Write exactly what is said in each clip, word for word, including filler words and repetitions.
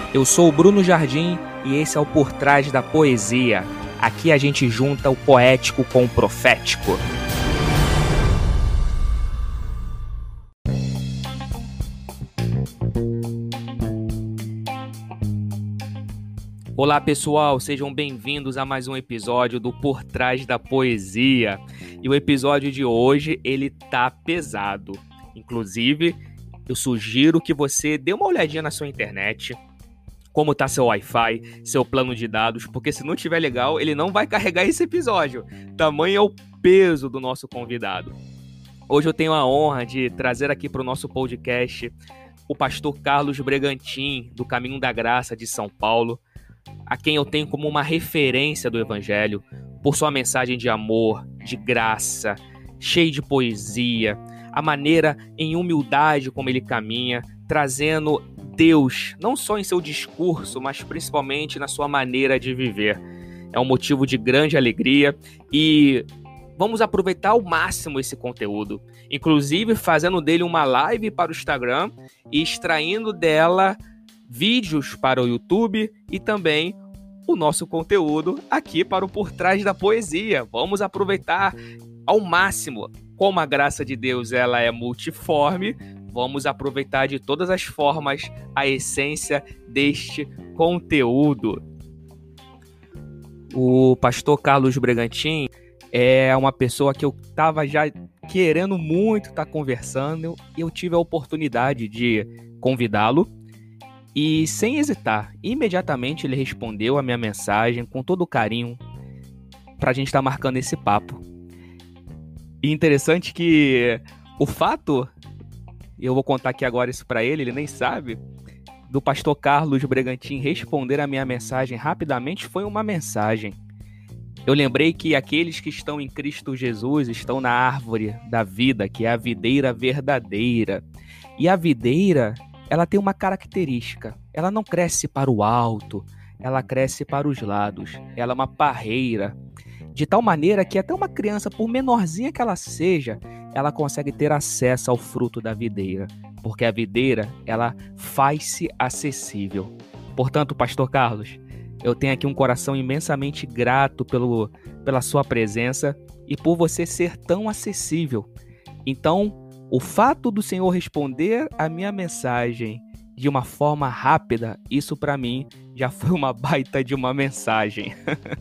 Eu sou o Bruno Jardim e esse é o Por Trás da Poesia. Aqui a gente junta o poético com o profético. Olá pessoal, sejam bem-vindos a mais um episódio do Por Trás da Poesia. E o episódio de hoje, ele tá pesado. Inclusive, eu sugiro que você dê uma olhadinha na sua internet, como tá seu Wi-Fi, seu plano de dados, porque se não tiver legal, ele não vai carregar esse episódio. Tamanho é o peso do nosso convidado. Hoje eu tenho a honra de trazer aqui para o nosso podcast o pastor Carlos Bregantin, do Caminho da Graça de São Paulo, a quem eu tenho como uma referência do Evangelho, por sua mensagem de amor, de graça, cheia de poesia, a maneira em humildade como ele caminha, trazendo Deus, não só em seu discurso, mas principalmente na sua maneira de viver. É um motivo de grande alegria e vamos aproveitar ao máximo esse conteúdo, inclusive fazendo dele uma live para o Instagram e extraindo dela vídeos para o YouTube e também o nosso conteúdo aqui para o Por Trás da Poesia. Vamos aproveitar ao máximo. Como a graça de Deus ela é multiforme, vamos aproveitar de todas as formas a essência deste conteúdo. O pastor Carlos Bregantin é uma pessoa que eu estava já querendo muito estar conversando e eu tive a oportunidade de convidá-lo. E sem hesitar, imediatamente ele respondeu a minha mensagem com todo o carinho para a gente estar marcando esse papo. E interessante que o fato, eu vou contar aqui agora isso para ele, ele nem sabe, do pastor Carlos Bregantin responder a minha mensagem rapidamente foi uma mensagem. Eu lembrei que aqueles que estão em Cristo Jesus estão na árvore da vida, que é a videira verdadeira. E a videira, ela tem uma característica, ela não cresce para o alto, ela cresce para os lados, ela é uma parreira, de tal maneira que até uma criança, por menorzinha que ela seja, ela consegue ter acesso ao fruto da videira, porque a videira, ela faz-se acessível. Portanto, pastor Carlos, eu tenho aqui um coração imensamente grato pelo, pela sua presença e por você ser tão acessível. Então, o fato do Senhor responder a minha mensagem de uma forma rápida, isso para mim já foi uma baita de uma mensagem.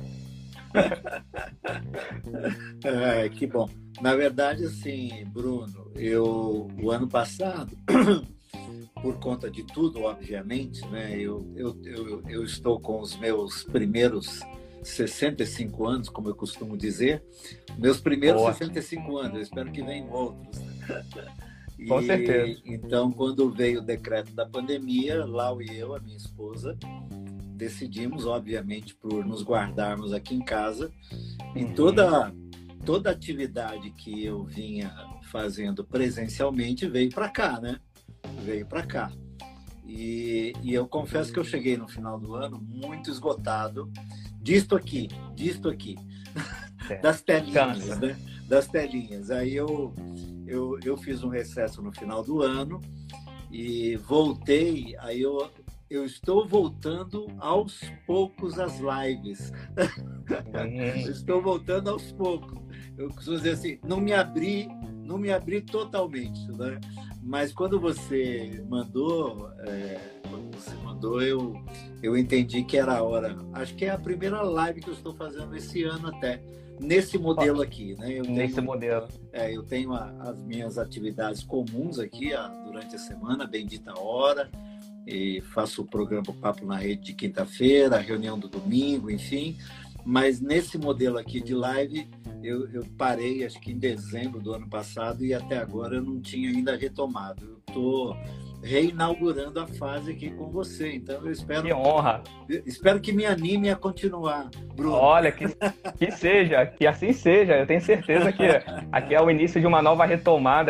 É, que bom. Na verdade, assim, Bruno, eu o ano passado, por conta de tudo, obviamente, né, eu, eu, eu, eu estou com os meus primeiros sessenta e cinco anos, como eu costumo dizer, meus primeiros Boa. sessenta e cinco anos, eu espero que venham outros. E, com certeza. Então, quando veio o decreto da pandemia, Lau e eu, a minha esposa, decidimos, obviamente, por nos guardarmos aqui em casa. E toda, toda atividade que eu vinha fazendo presencialmente veio para cá, né? Veio para cá. E, e eu confesso que eu cheguei no final do ano muito esgotado disto aqui, disto aqui, é. das telinhas, Cansa. né? Das telinhas. Aí eu, eu, eu fiz um recesso no final do ano e voltei, aí eu Eu estou voltando aos poucos às lives. Eu estou voltando aos poucos. Eu costumo dizer assim, não me abri, não me abri totalmente, né? Mas quando você mandou, é, quando você mandou, eu, eu entendi que era a hora. Acho que é a primeira live que eu estou fazendo esse ano até, nesse modelo aqui, né? Eu nesse tenho, modelo. É, eu tenho a, as minhas atividades comuns aqui a, durante a semana, bendita hora. E faço o programa Papo na Rede de quinta-feira, a reunião do domingo, enfim. Mas nesse modelo aqui de live, eu, eu parei, acho que em dezembro do ano passado, e até agora eu não tinha ainda retomado. Eu estou reinaugurando a fase aqui com você, então eu espero... Que honra! Eu espero que me anime a continuar, Bruno. Olha, que, que seja, que assim seja. Eu tenho certeza que aqui é o início de uma nova retomada.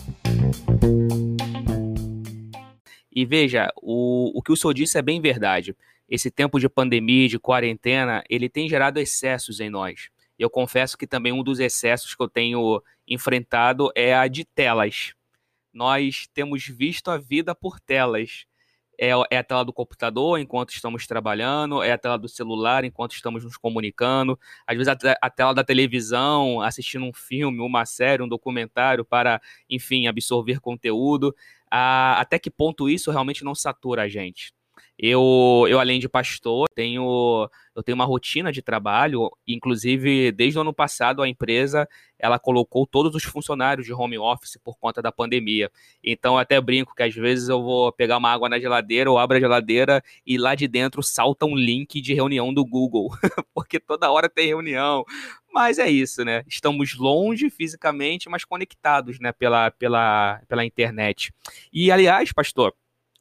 E veja, o, o que o senhor disse é bem verdade. Esse tempo de pandemia, de quarentena, ele tem gerado excessos em nós. Eu confesso que também um dos excessos que eu tenho enfrentado é a de telas. Nós temos visto a vida por telas. É, é a tela do computador enquanto estamos trabalhando, é a tela do celular enquanto estamos nos comunicando, às vezes a, te- a tela da televisão, assistindo um filme, uma série, um documentário para, enfim, absorver conteúdo. Ah, até que ponto isso realmente não satura a gente? Eu, eu além de pastor, tenho, eu tenho uma rotina de trabalho, inclusive desde o ano passado a empresa ela colocou todos os funcionários de home office por conta da pandemia. Então, eu até brinco que às vezes eu vou pegar uma água na geladeira, ou abro a geladeira e lá de dentro salta um link de reunião do Google, porque toda hora tem reunião. Mas é isso, né? Estamos longe fisicamente, mas conectados, né, pela, pela, pela internet. E, aliás, pastor,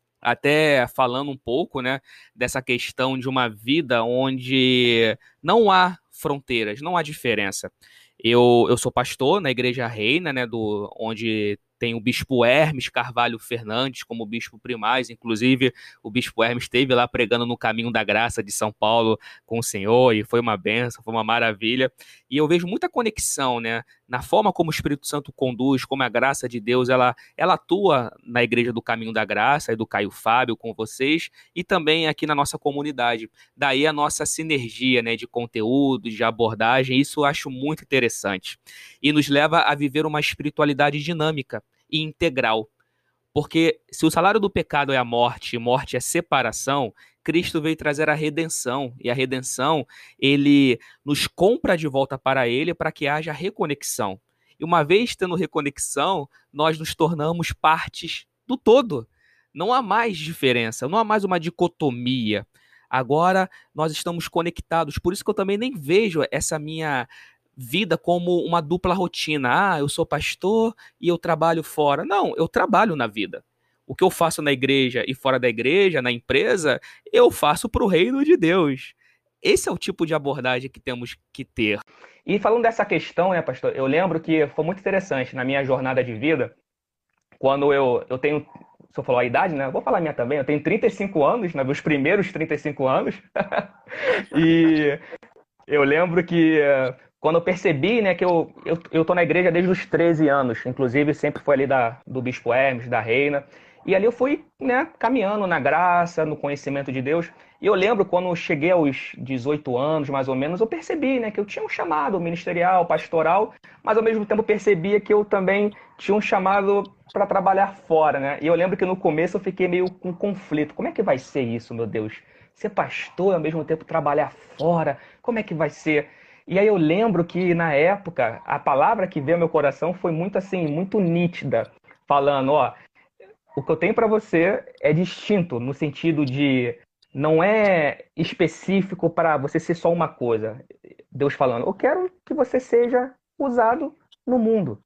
até falando um pouco, né, dessa questão de uma vida onde não há fronteiras, não há diferença. Eu, eu sou pastor na Igreja Reina, né, do, onde tem o Bispo Hermes Carvalho Fernandes como bispo primaz, inclusive o Bispo Hermes esteve lá pregando no Caminho da Graça de São Paulo com o Senhor, e foi uma benção, foi uma maravilha, e eu vejo muita conexão, né, na forma como o Espírito Santo conduz, como a graça de Deus, ela ela atua na Igreja do Caminho da Graça e do Caio Fábio com vocês e também aqui na nossa comunidade. Daí a nossa sinergia, né, de conteúdo, de abordagem, isso eu acho muito interessante. E nos leva a viver uma espiritualidade dinâmica e integral. Porque se o salário do pecado é a morte, e morte é separação, Cristo veio trazer a redenção, e a redenção, ele nos compra de volta para ele para que haja reconexão. E uma vez tendo reconexão, nós nos tornamos partes do todo. Não há mais diferença, não há mais uma dicotomia. Agora nós estamos conectados. Por isso que eu também nem vejo essa minha vida como uma dupla rotina. Ah, eu sou pastor e eu trabalho fora. Não, eu trabalho na vida. O que eu faço na igreja e fora da igreja, na empresa, eu faço para o reino de Deus. Esse é o tipo de abordagem que temos que ter. E falando dessa questão, né, pastor, eu lembro que foi muito interessante na minha jornada de vida, quando eu, eu tenho, se eu falar a idade, né, vou falar a minha também, eu tenho trinta e cinco anos, né, meus primeiros trinta e cinco anos, e eu lembro que eh, quando eu percebi, né, que eu, eu, eu tô na igreja desde os treze anos, inclusive sempre foi ali da, do Bispo Hermes, da Reina, e ali eu fui, né, caminhando na graça, no conhecimento de Deus, e eu lembro quando eu cheguei aos dezoito anos, mais ou menos, eu percebi, né, que eu tinha um chamado ministerial, pastoral, mas ao mesmo tempo eu percebia que eu também tinha um chamado para trabalhar fora, né, e eu lembro que no começo eu fiquei meio com conflito, como é que vai ser isso, meu Deus? Ser pastor e ao mesmo tempo trabalhar fora, como é que vai ser? E aí eu lembro que na época a palavra que veio ao meu coração foi muito assim, muito nítida, falando, ó, o que eu tenho para você é distinto no sentido de não é específico para você ser só uma coisa. Deus falando, eu quero que você seja usado no mundo,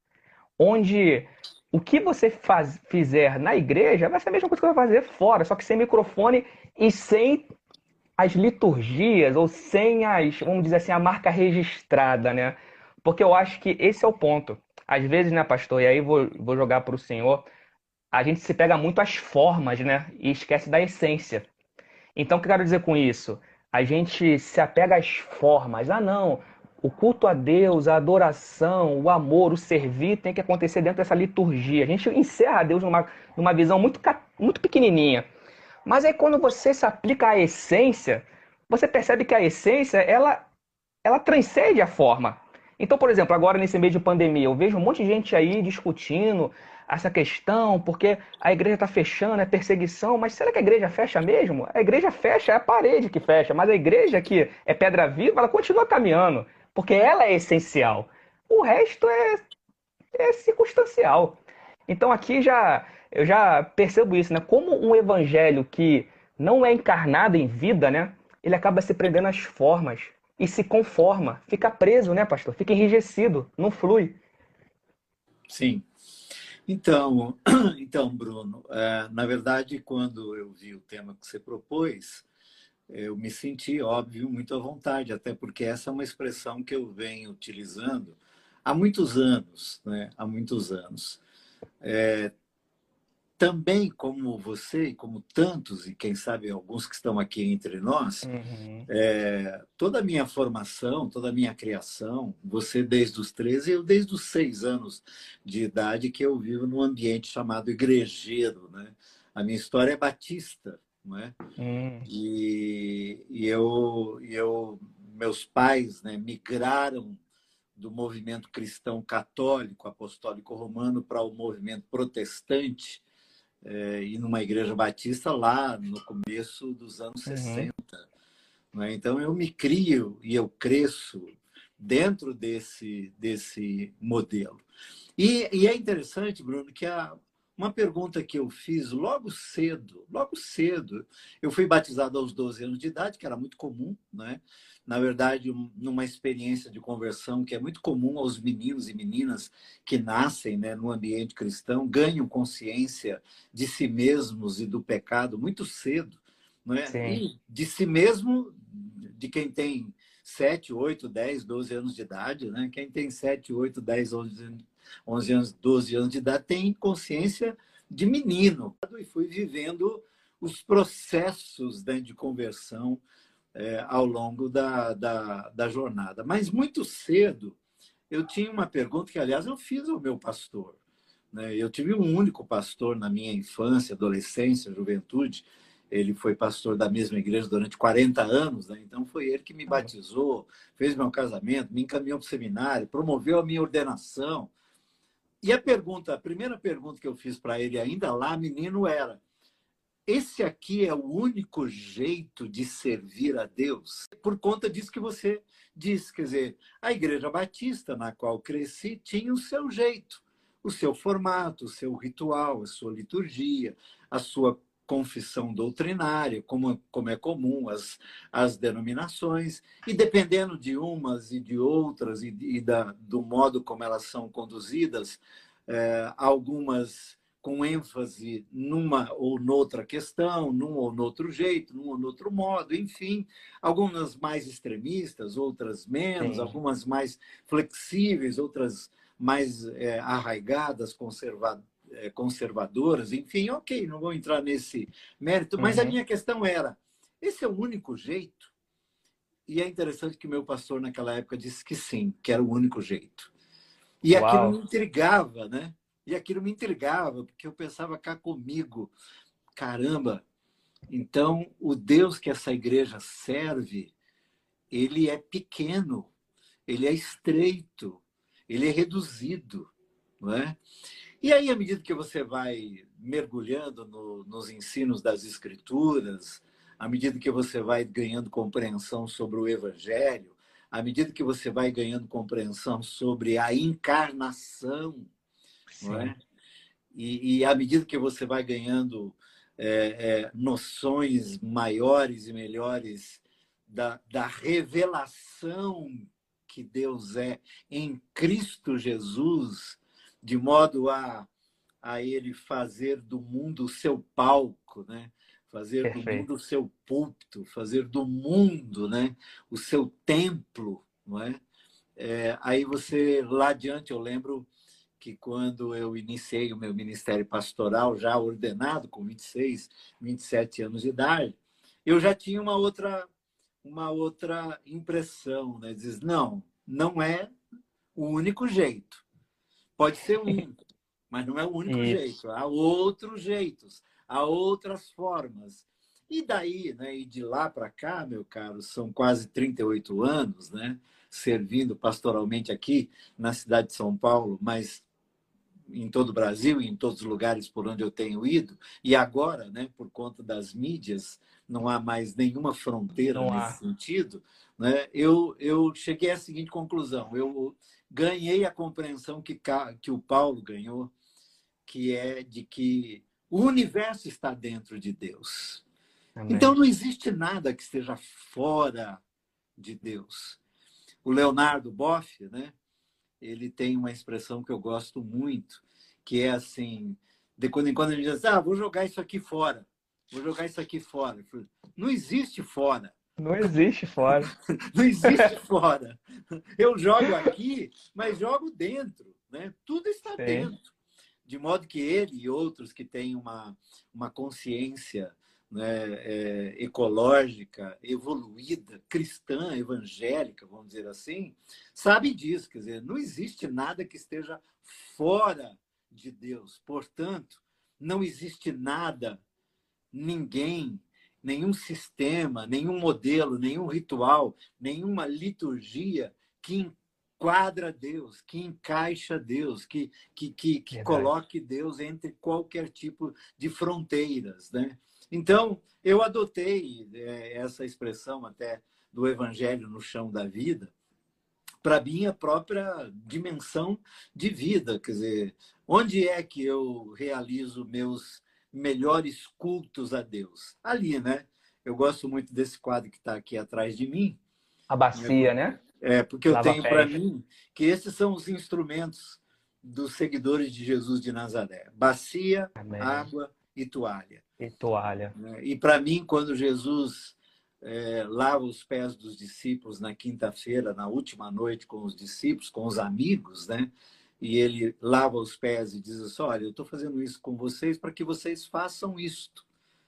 onde o que você faz, fizer na igreja vai ser a mesma coisa que eu vou fazer fora, só que sem microfone e sem as liturgias ou sem as, vamos dizer assim, a marca registrada, né? Porque eu acho que esse é o ponto. Às vezes, né, pastor, e aí vou, vou jogar para o senhor, a gente se pega muito às formas, né? E esquece da essência. Então, o que eu quero dizer com isso? A gente se apega às formas. Ah, não, o culto a Deus, a adoração, o amor, o servir tem que acontecer dentro dessa liturgia. A gente encerra Deus numa, numa visão muito, muito pequenininha. Mas aí quando você se aplica à essência, você percebe que a essência, ela, ela transcende a forma. Então, por exemplo, agora nesse meio de pandemia, eu vejo um monte de gente aí discutindo essa questão, porque a igreja está fechando, é perseguição, mas será que a igreja fecha mesmo? A igreja fecha, é a parede que fecha, mas a igreja que é pedra viva, ela continua caminhando, porque ela é essencial. O resto é, é circunstancial. Então aqui já eu já percebo isso, né? Como um evangelho que não é encarnado em vida, né? Ele acaba se prendendo às formas e se conforma, fica preso, né, pastor? Fica enrijecido, não flui. Sim. Então, então Bruno, é, na verdade, quando eu vi o tema que você propôs, eu me senti, óbvio, muito à vontade, até porque essa é uma expressão que eu venho utilizando há muitos anos, né? Há muitos anos. É, também como você e como tantos, e quem sabe alguns que estão aqui entre nós, Uhum. é, toda a minha formação, toda a minha criação, você desde os treze, eu desde os seis anos de idade que eu vivo num ambiente chamado igrejeiro, né? a minha história é batista, não é? Hum. E, e eu, eu, meus pais, né, migraram do movimento cristão católico, apostólico romano, para o movimento protestante, é, e numa igreja batista lá no começo dos anos Uhum. sessenta. Não é? Então eu me crio e eu cresço dentro desse, desse modelo. E, e é interessante, Bruno, que a, uma pergunta que eu fiz logo cedo, logo cedo, eu fui batizado aos doze anos de idade, que era muito comum, né? Na verdade, numa experiência de conversão que é muito comum aos meninos e meninas que nascem, né, no ambiente cristão, ganham consciência de si mesmos e do pecado muito cedo, não é? Sim. E de si mesmo, de quem tem sete, oito, dez, doze anos de idade, né? Quem tem sete, oito, dez, onze anos, doze anos de idade tem consciência de menino. E fui vivendo os processos, né, de conversão é, ao longo da, da, da jornada. Mas muito cedo eu tinha uma pergunta que, aliás, eu fiz ao meu pastor. Né? Eu tive um único pastor na minha infância, adolescência, juventude. Ele foi pastor da mesma igreja durante quarenta anos, né? Então foi ele que me batizou, fez meu casamento, me encaminhou para o seminário, promoveu a minha ordenação. E a pergunta, a primeira pergunta que eu fiz para ele ainda lá, menino, era: esse aqui é o único jeito de servir a Deus? Por conta disso que você disse, quer dizer, a Igreja Batista na qual cresci tinha o seu jeito, o seu formato, o seu ritual, a sua liturgia, a sua confissão doutrinária, como, como é comum as, as denominações, e dependendo de umas e de outras, e, e da, do modo como elas são conduzidas, é, algumas com ênfase numa ou noutra questão, num ou noutro jeito, num ou noutro modo, enfim, algumas mais extremistas, outras menos, Sim. algumas mais flexíveis, outras mais é, arraigadas, conservadoras, conservadoras, enfim, ok, não vou entrar nesse mérito, mas Uhum. a minha questão era: esse é o único jeito? E é interessante que o meu pastor naquela época disse que sim, que era o único jeito. E Uau. aquilo me intrigava, né? E aquilo me intrigava, porque eu pensava cá comigo, caramba, então o Deus que essa igreja serve, ele é pequeno, ele é estreito, ele é reduzido, não é? E aí, à medida que você vai mergulhando no, nos ensinos das Escrituras, à medida que você vai ganhando compreensão sobre o Evangelho, à medida que você vai ganhando compreensão sobre a encarnação, não é? E, e à medida que você vai ganhando é, é, noções maiores e melhores da, da revelação que Deus é em Cristo Jesus, de modo a, a ele fazer do mundo o seu palco, né? Fazer Perfeito. do mundo o seu púlpito, fazer do mundo, né, o seu templo, não é? É, aí você, lá adiante, eu lembro que quando eu iniciei o meu ministério pastoral, já ordenado, com vinte e seis, vinte e sete anos de idade, eu já tinha uma outra, uma outra impressão, né? Diz, não, não é o único jeito. Pode ser um, mas não é o único Isso. jeito. Há outros jeitos, há outras formas. E daí, né, e de lá para cá, meu caro, são quase trinta e oito anos, né, servindo pastoralmente aqui na cidade de São Paulo, mas em todo o Brasil e em todos os lugares por onde eu tenho ido. E agora, né, por conta das mídias, não há mais nenhuma fronteira Não nesse há. sentido, né, eu, eu cheguei à seguinte conclusão: eu ganhei a compreensão que, que o Paulo ganhou, que é de que o universo está dentro de Deus. Amém. Então não existe nada que esteja fora de Deus. O Leonardo Boff, né, ele tem uma expressão que eu gosto muito, que é assim, de quando em quando ele diz, ah, vou jogar isso aqui fora, vou jogar isso aqui fora. Não existe fora. Não existe fora. Não existe fora. Eu jogo aqui, mas jogo dentro, né? Tudo está Sim. dentro. De modo que ele e outros que têm uma, uma consciência, né, é, ecológica, evoluída, cristã, evangélica, vamos dizer assim, sabem disso. Quer dizer, não existe nada que esteja fora de Deus. Portanto, não existe nada ninguém, nenhum sistema, nenhum modelo, nenhum ritual, nenhuma liturgia que enquadra Deus, que encaixa Deus, que, que, que, que coloque Deus entre qualquer tipo de fronteiras, né? Então, eu adotei é, essa expressão até do Evangelho no chão da vida para a minha própria dimensão de vida. Quer dizer, onde é que eu realizo meus melhores cultos a Deus? Ali, né? Eu gosto muito desse quadro que está aqui atrás de mim. A bacia, né? É, porque eu Lava tenho para pés. mim que esses são os instrumentos dos seguidores de Jesus de Nazaré. Bacia, Amém. água e toalha. E toalha. E para mim, quando Jesus é, lava os pés dos discípulos na quinta-feira, na última noite com os discípulos, com os amigos, né? E ele lava os pés e diz assim, olha, eu estou fazendo isso com vocês para que vocês façam isto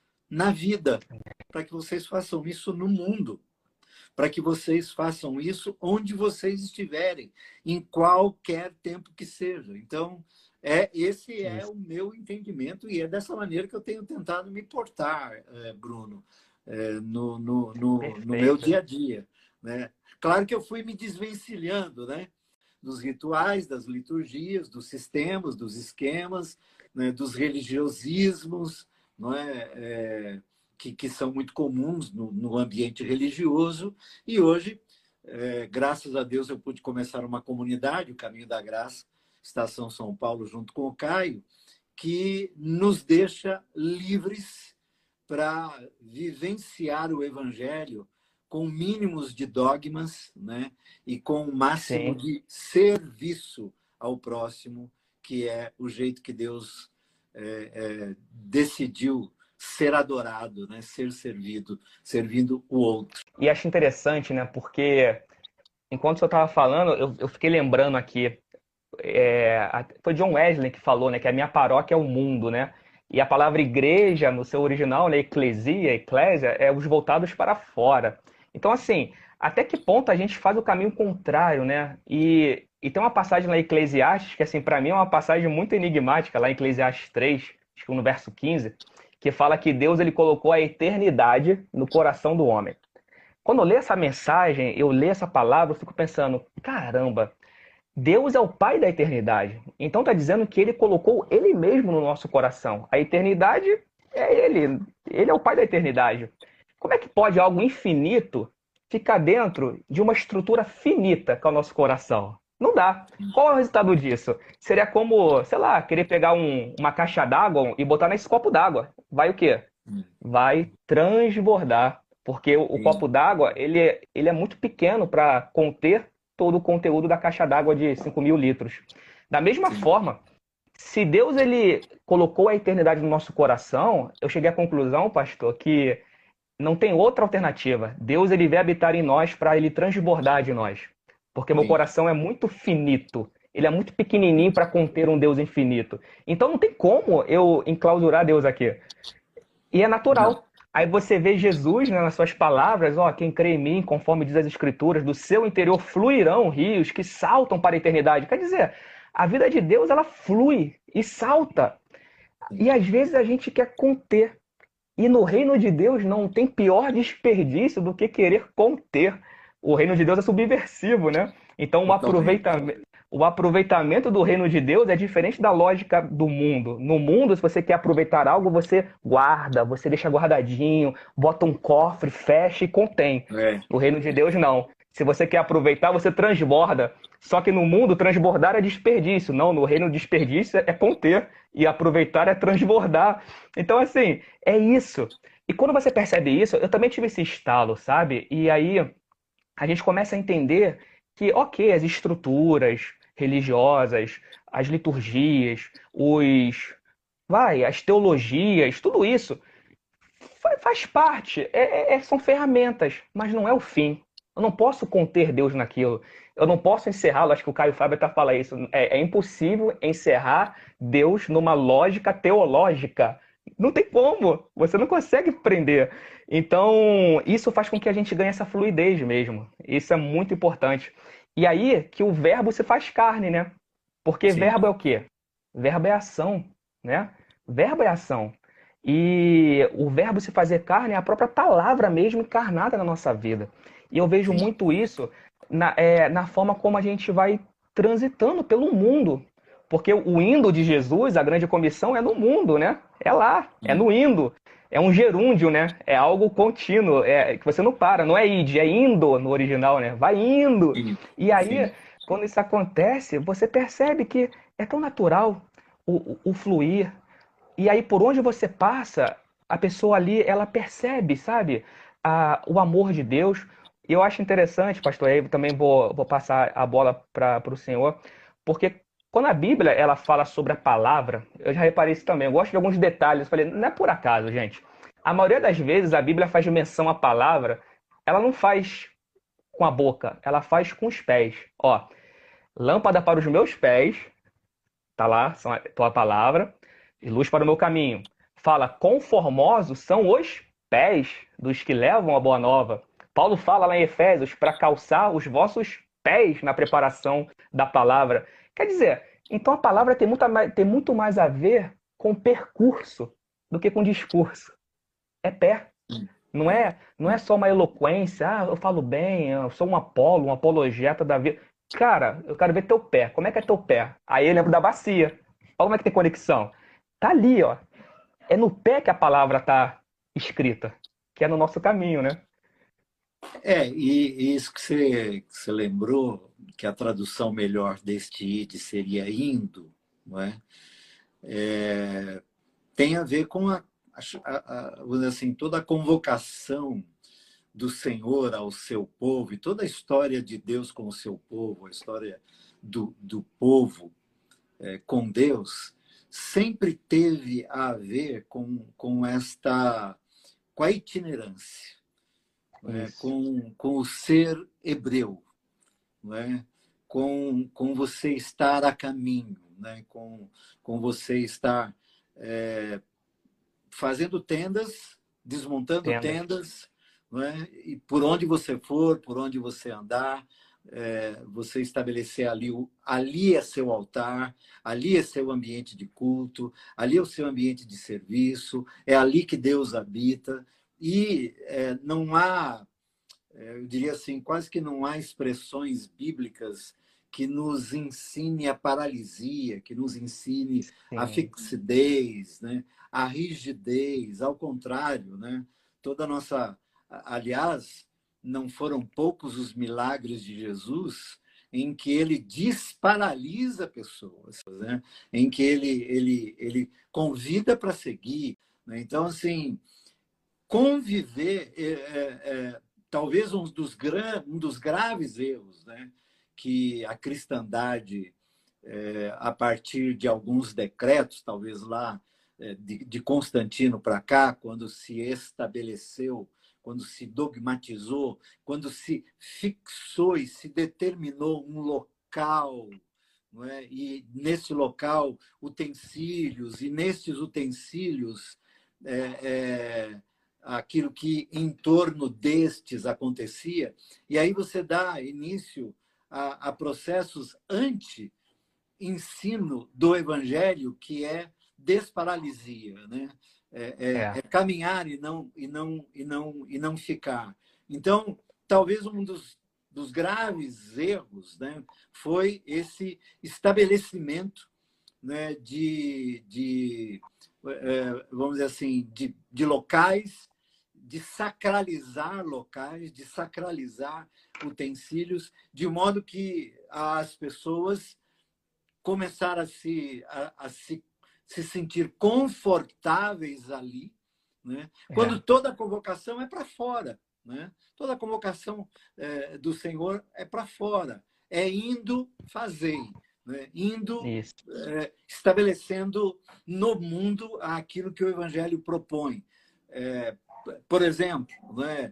na vida, para que vocês façam isso no mundo, para que vocês façam isso onde vocês estiverem, em qualquer tempo que seja. Então, é, esse é Isso. o meu entendimento e é dessa maneira que eu tenho tentado me portar, é, Bruno, é, no, no, no, no meu dia a dia, né? Claro que eu fui me desvencilhando, né? Dos rituais, das liturgias, dos sistemas, dos esquemas, né? Dos religiosismos, não é? É, que, que são muito comuns no, no ambiente religioso. E hoje, é, graças a Deus, eu pude começar uma comunidade, o Caminho da Graça, Estação São Paulo, junto com o Caio, que nos deixa livres para vivenciar o Evangelho com mínimos de dogmas, né? E com o máximo Sim. de serviço ao próximo, que é o jeito que Deus é, é, decidiu ser adorado, né? Ser servido, servindo o outro. E acho interessante, né? Porque enquanto eu estava falando, eu, eu fiquei lembrando aqui, é, a- foi John Wesley que falou, né? Que a minha paróquia é o mundo, né? E a palavra igreja, no seu original, né? Eclesia, eclésia, é os voltados para fora. Então, assim, até que ponto a gente faz o caminho contrário, né? E, e tem uma passagem lá em Eclesiastes, que, assim, para mim é uma passagem muito enigmática, lá em Eclesiastes três, acho que no verso quinze, que fala que Deus ele colocou a eternidade no coração do homem. Quando eu leio essa mensagem, eu leio essa palavra, eu fico pensando, caramba, Deus é o Pai da eternidade. Então está dizendo que Ele colocou Ele mesmo no nosso coração. A eternidade é Ele. Ele é o Pai da eternidade. Como é que pode algo infinito ficar dentro de uma estrutura finita que é o nosso coração? Não dá. Qual é o resultado disso? Seria como, sei lá, querer pegar um- uma caixa d'água e botar nesse copo d'água. Vai o quê? Vai transbordar. Porque o, o copo d'água, ele, é- ele é muito pequeno para conter todo o conteúdo da caixa d'água de cinco mil litros. Da mesma Sim. forma, se Deus ele colocou a eternidade no nosso coração, eu cheguei à conclusão, pastor, que não tem outra alternativa. Deus ele veio habitar em nós para ele transbordar de nós. Porque meu Sim. coração é muito finito. Ele é muito pequenininho para conter um Deus infinito. Então não tem como eu enclausurar Deus aqui. E é natural. Não. Aí você vê Jesus, né, nas suas palavras, ó, quem crê em mim, conforme diz as Escrituras, do seu interior fluirão rios que saltam para a eternidade. Quer dizer, a vida de Deus, ela flui e salta. E às vezes a gente quer conter. E no reino de Deus não tem pior desperdício do que querer conter. O reino de Deus é subversivo, né? Então o Totalmente. aproveitamento, o aproveitamento do reino de Deus é diferente da lógica do mundo. No mundo, se você quer aproveitar algo, você guarda, você deixa guardadinho, bota um cofre, fecha e contém. É. No reino de Deus, não. Se você quer aproveitar, você transborda. Só que no mundo, transbordar é desperdício. Não, no reino, desperdício é conter. E aproveitar é transbordar. Então, assim, é isso. E quando você percebe isso, eu também tive esse estalo, sabe? E aí a gente começa a entender que, ok, as estruturas religiosas, as liturgias, os, vai, as teologias, tudo isso fa- faz parte, é- é- são ferramentas, mas não é o fim. Eu não posso conter Deus naquilo. Eu não posso encerrá-lo. Acho que o Caio Fábio até fala isso. É, é impossível encerrar Deus numa lógica teológica. Não tem como. Você não consegue prender. Então, isso faz com que a gente ganhe essa fluidez mesmo. Isso é muito importante. E aí que o verbo se faz carne, né? Porque Sim. verbo é o quê? Verbo é ação, né? Verbo é ação. E o verbo se fazer carne é a própria palavra mesmo encarnada na nossa vida. E eu vejo Sim. muito isso na, é, na forma como a gente vai transitando pelo mundo. Porque o indo de Jesus, a grande comissão, é no mundo, né? É lá, é no indo. É um gerúndio, né? É algo contínuo, é que você não para, não é id, é indo no original, né? Vai indo. Sim. E aí, Sim. quando isso acontece, você percebe que é tão natural o, o, o fluir. E aí, por onde você passa, a pessoa ali, ela percebe, sabe, a, o amor de Deus. E eu acho interessante, pastor, aí eu também vou, vou passar a bola para o senhor, porque quando a Bíblia ela fala sobre a palavra, eu já reparei isso também, eu gosto de alguns detalhes, eu falei, não é por acaso, gente. A maioria das vezes a Bíblia faz menção à palavra, ela não faz com a boca, ela faz com os pés. Ó, lâmpada para os meus pés, tá lá, são a tua palavra, e luz para o meu caminho. Fala, conformosos são os pés dos que levam a boa nova. Paulo fala lá em Efésios, para calçar os vossos pés na preparação da palavra. Quer dizer, então a palavra tem muito, mais, tem muito mais a ver com percurso do que com discurso. É pé. Não é, não é só uma eloquência, ah, eu falo bem, eu sou um apolo, um apologeta da vida. Cara, eu quero ver teu pé. Como é que é teu pé? Aí eu lembro da bacia. Olha como é que tem conexão. Tá ali, ó. É no pé que a palavra tá escrita, que é no nosso caminho, né? É, e, e isso que você, que você lembrou, que a tradução melhor deste id seria indo, não é? É, tem a ver com a, a, a, vamos dizer assim, toda a convocação do Senhor ao seu povo e toda a história de Deus com o seu povo, a história do, do povo é, com Deus, sempre teve a ver com, com esta, com a itinerância, não é? Isso. com, com o ser hebreu, não é? com, com você estar a caminho, né? com, com você estar é, fazendo tendas, desmontando Tendas. tendas, não é? E por onde você for, por onde você andar, é, você estabelecer ali, o, ali é seu altar, ali é seu ambiente de culto, ali é o seu ambiente de serviço, é ali que Deus habita. E é, não há, é, eu diria assim, quase que não há expressões bíblicas que nos ensine a paralisia, que nos ensine a Sim. fixidez, né? A rigidez, ao contrário, né? Toda a nossa... Aliás, não foram poucos os milagres de Jesus em que ele desparalisa pessoas, né? Em que ele, ele, ele convida para seguir. Né? Então, assim, conviver é, é, é talvez um dos, gran, um dos graves erros, né? Que a cristandade, é, a partir de alguns decretos, talvez lá é, de, de Constantino para cá, quando se estabeleceu, quando se dogmatizou, quando se fixou e se determinou um local, não é? E nesse local utensílios, e nesses utensílios é, é, aquilo que em torno destes acontecia, e aí você dá início a, a processos anti-ensino do evangelho, que é desparalisia, né? É, é, É. é caminhar e não, e, não, e, não, e não ficar. Então, talvez um dos, dos graves erros, né, foi esse estabelecimento, né, de, de é, vamos dizer assim, de, de locais, de sacralizar locais, de sacralizar utensílios, de modo que as pessoas começaram a se, a, a se, se sentir confortáveis ali, né? Quando É. toda a convocação é para fora. Né? Toda a convocação é, do Senhor é para fora. É indo fazer, né? Indo Isso. é, estabelecendo no mundo aquilo que o Evangelho propõe. É, por exemplo, né?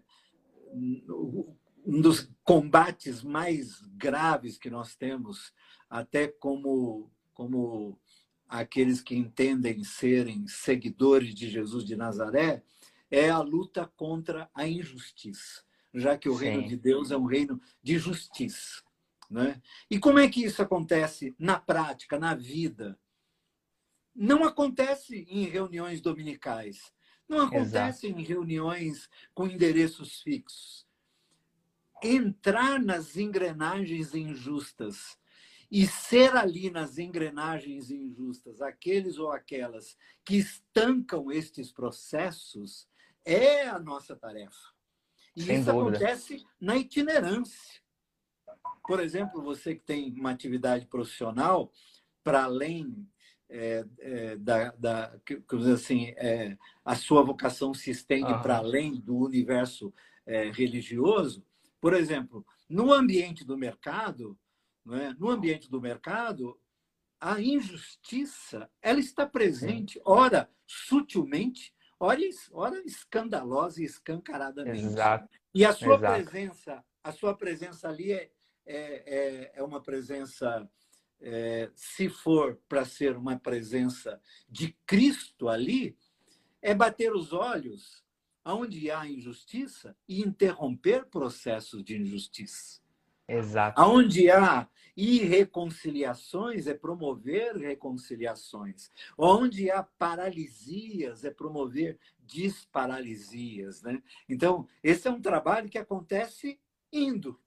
Um dos combates mais graves que nós temos, até como, como aqueles que entendem serem seguidores de Jesus de Nazaré, é a luta contra a injustiça, já que o reino Sim. de Deus é um reino de justiça. Né? E como é que isso acontece na prática, na vida? não acontece em reuniões dominicais, não acontece Exato. em reuniões com endereços fixos. Entrar nas engrenagens injustas e ser ali nas engrenagens injustas, aqueles ou aquelas que estancam estes processos, é a nossa tarefa. E Sem isso dúvida. acontece na itinerância. Por exemplo, você que tem uma atividade profissional, para além é, é, da, da que, assim, é, a sua vocação se estende Aham. para além do universo é, religioso. Por exemplo, no ambiente do mercado, não é? No ambiente do mercado, a injustiça ela está Sim. presente, ora sutilmente, ora, ora escandalosa e escancaradamente. Exato. E a sua Exato. presença, a sua presença ali é, é, é uma presença, é, se for para ser uma presença de Cristo ali, é bater os olhos onde há injustiça e interromper processos de injustiça. Exato. Onde há irreconciliações, é promover reconciliações. Onde há paralisias, é promover desparalisias. Né? Então, esse é um trabalho que acontece indo.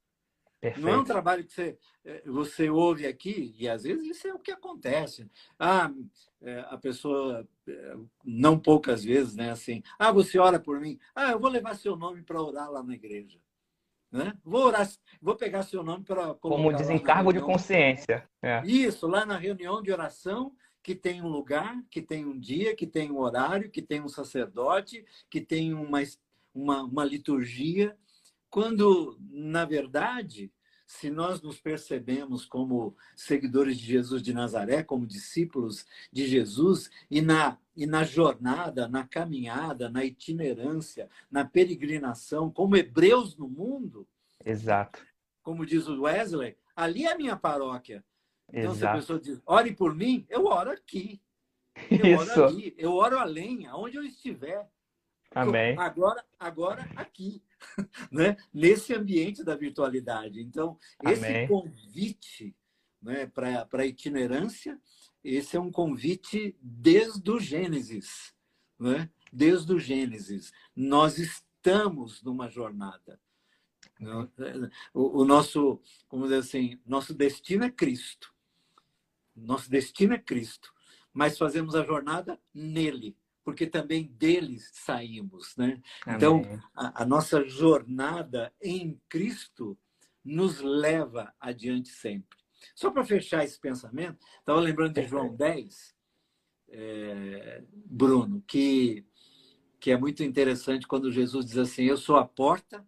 Não é um Perfeito. trabalho que você, você ouve aqui, e às vezes isso é o que acontece. Ah, a pessoa, não poucas vezes, né? Assim, ah, você ora por mim? Ah, eu vou levar seu nome para orar lá na igreja. Né? Vou orar, vou pegar seu nome para Como colocar lá na desencargo de reunião. consciência. É. Isso, lá na reunião de oração, que tem um lugar, que tem um dia, que tem um horário, que tem um sacerdote, que tem uma, uma, uma liturgia. Quando, na verdade, se nós nos percebemos como seguidores de Jesus de Nazaré, como discípulos de Jesus, e na, e na jornada, na caminhada, na itinerância, na peregrinação, como hebreus no mundo, Exato. como diz o Wesley, ali é a minha paróquia. Então, se a Exato. pessoa diz, ore por mim, eu oro aqui, eu oro Isso. ali, eu oro além, aonde eu estiver. Amém. Agora, agora aqui, né? Nesse ambiente da virtualidade. Então, esse Amém. convite, né, para a itinerância, esse é um convite desde o Gênesis. Né? Desde o Gênesis. Nós estamos numa jornada. O, o nosso, vamos dizer assim, nosso destino é Cristo. Nosso destino é Cristo. Mas fazemos a jornada nele, porque também dele saímos. Né? Então, Amém. a, a nossa jornada em Cristo nos leva adiante sempre. Só para fechar esse pensamento, estava lembrando de João Perfeito. dez, é, Bruno, que, que é muito interessante quando Jesus diz assim, eu sou a porta,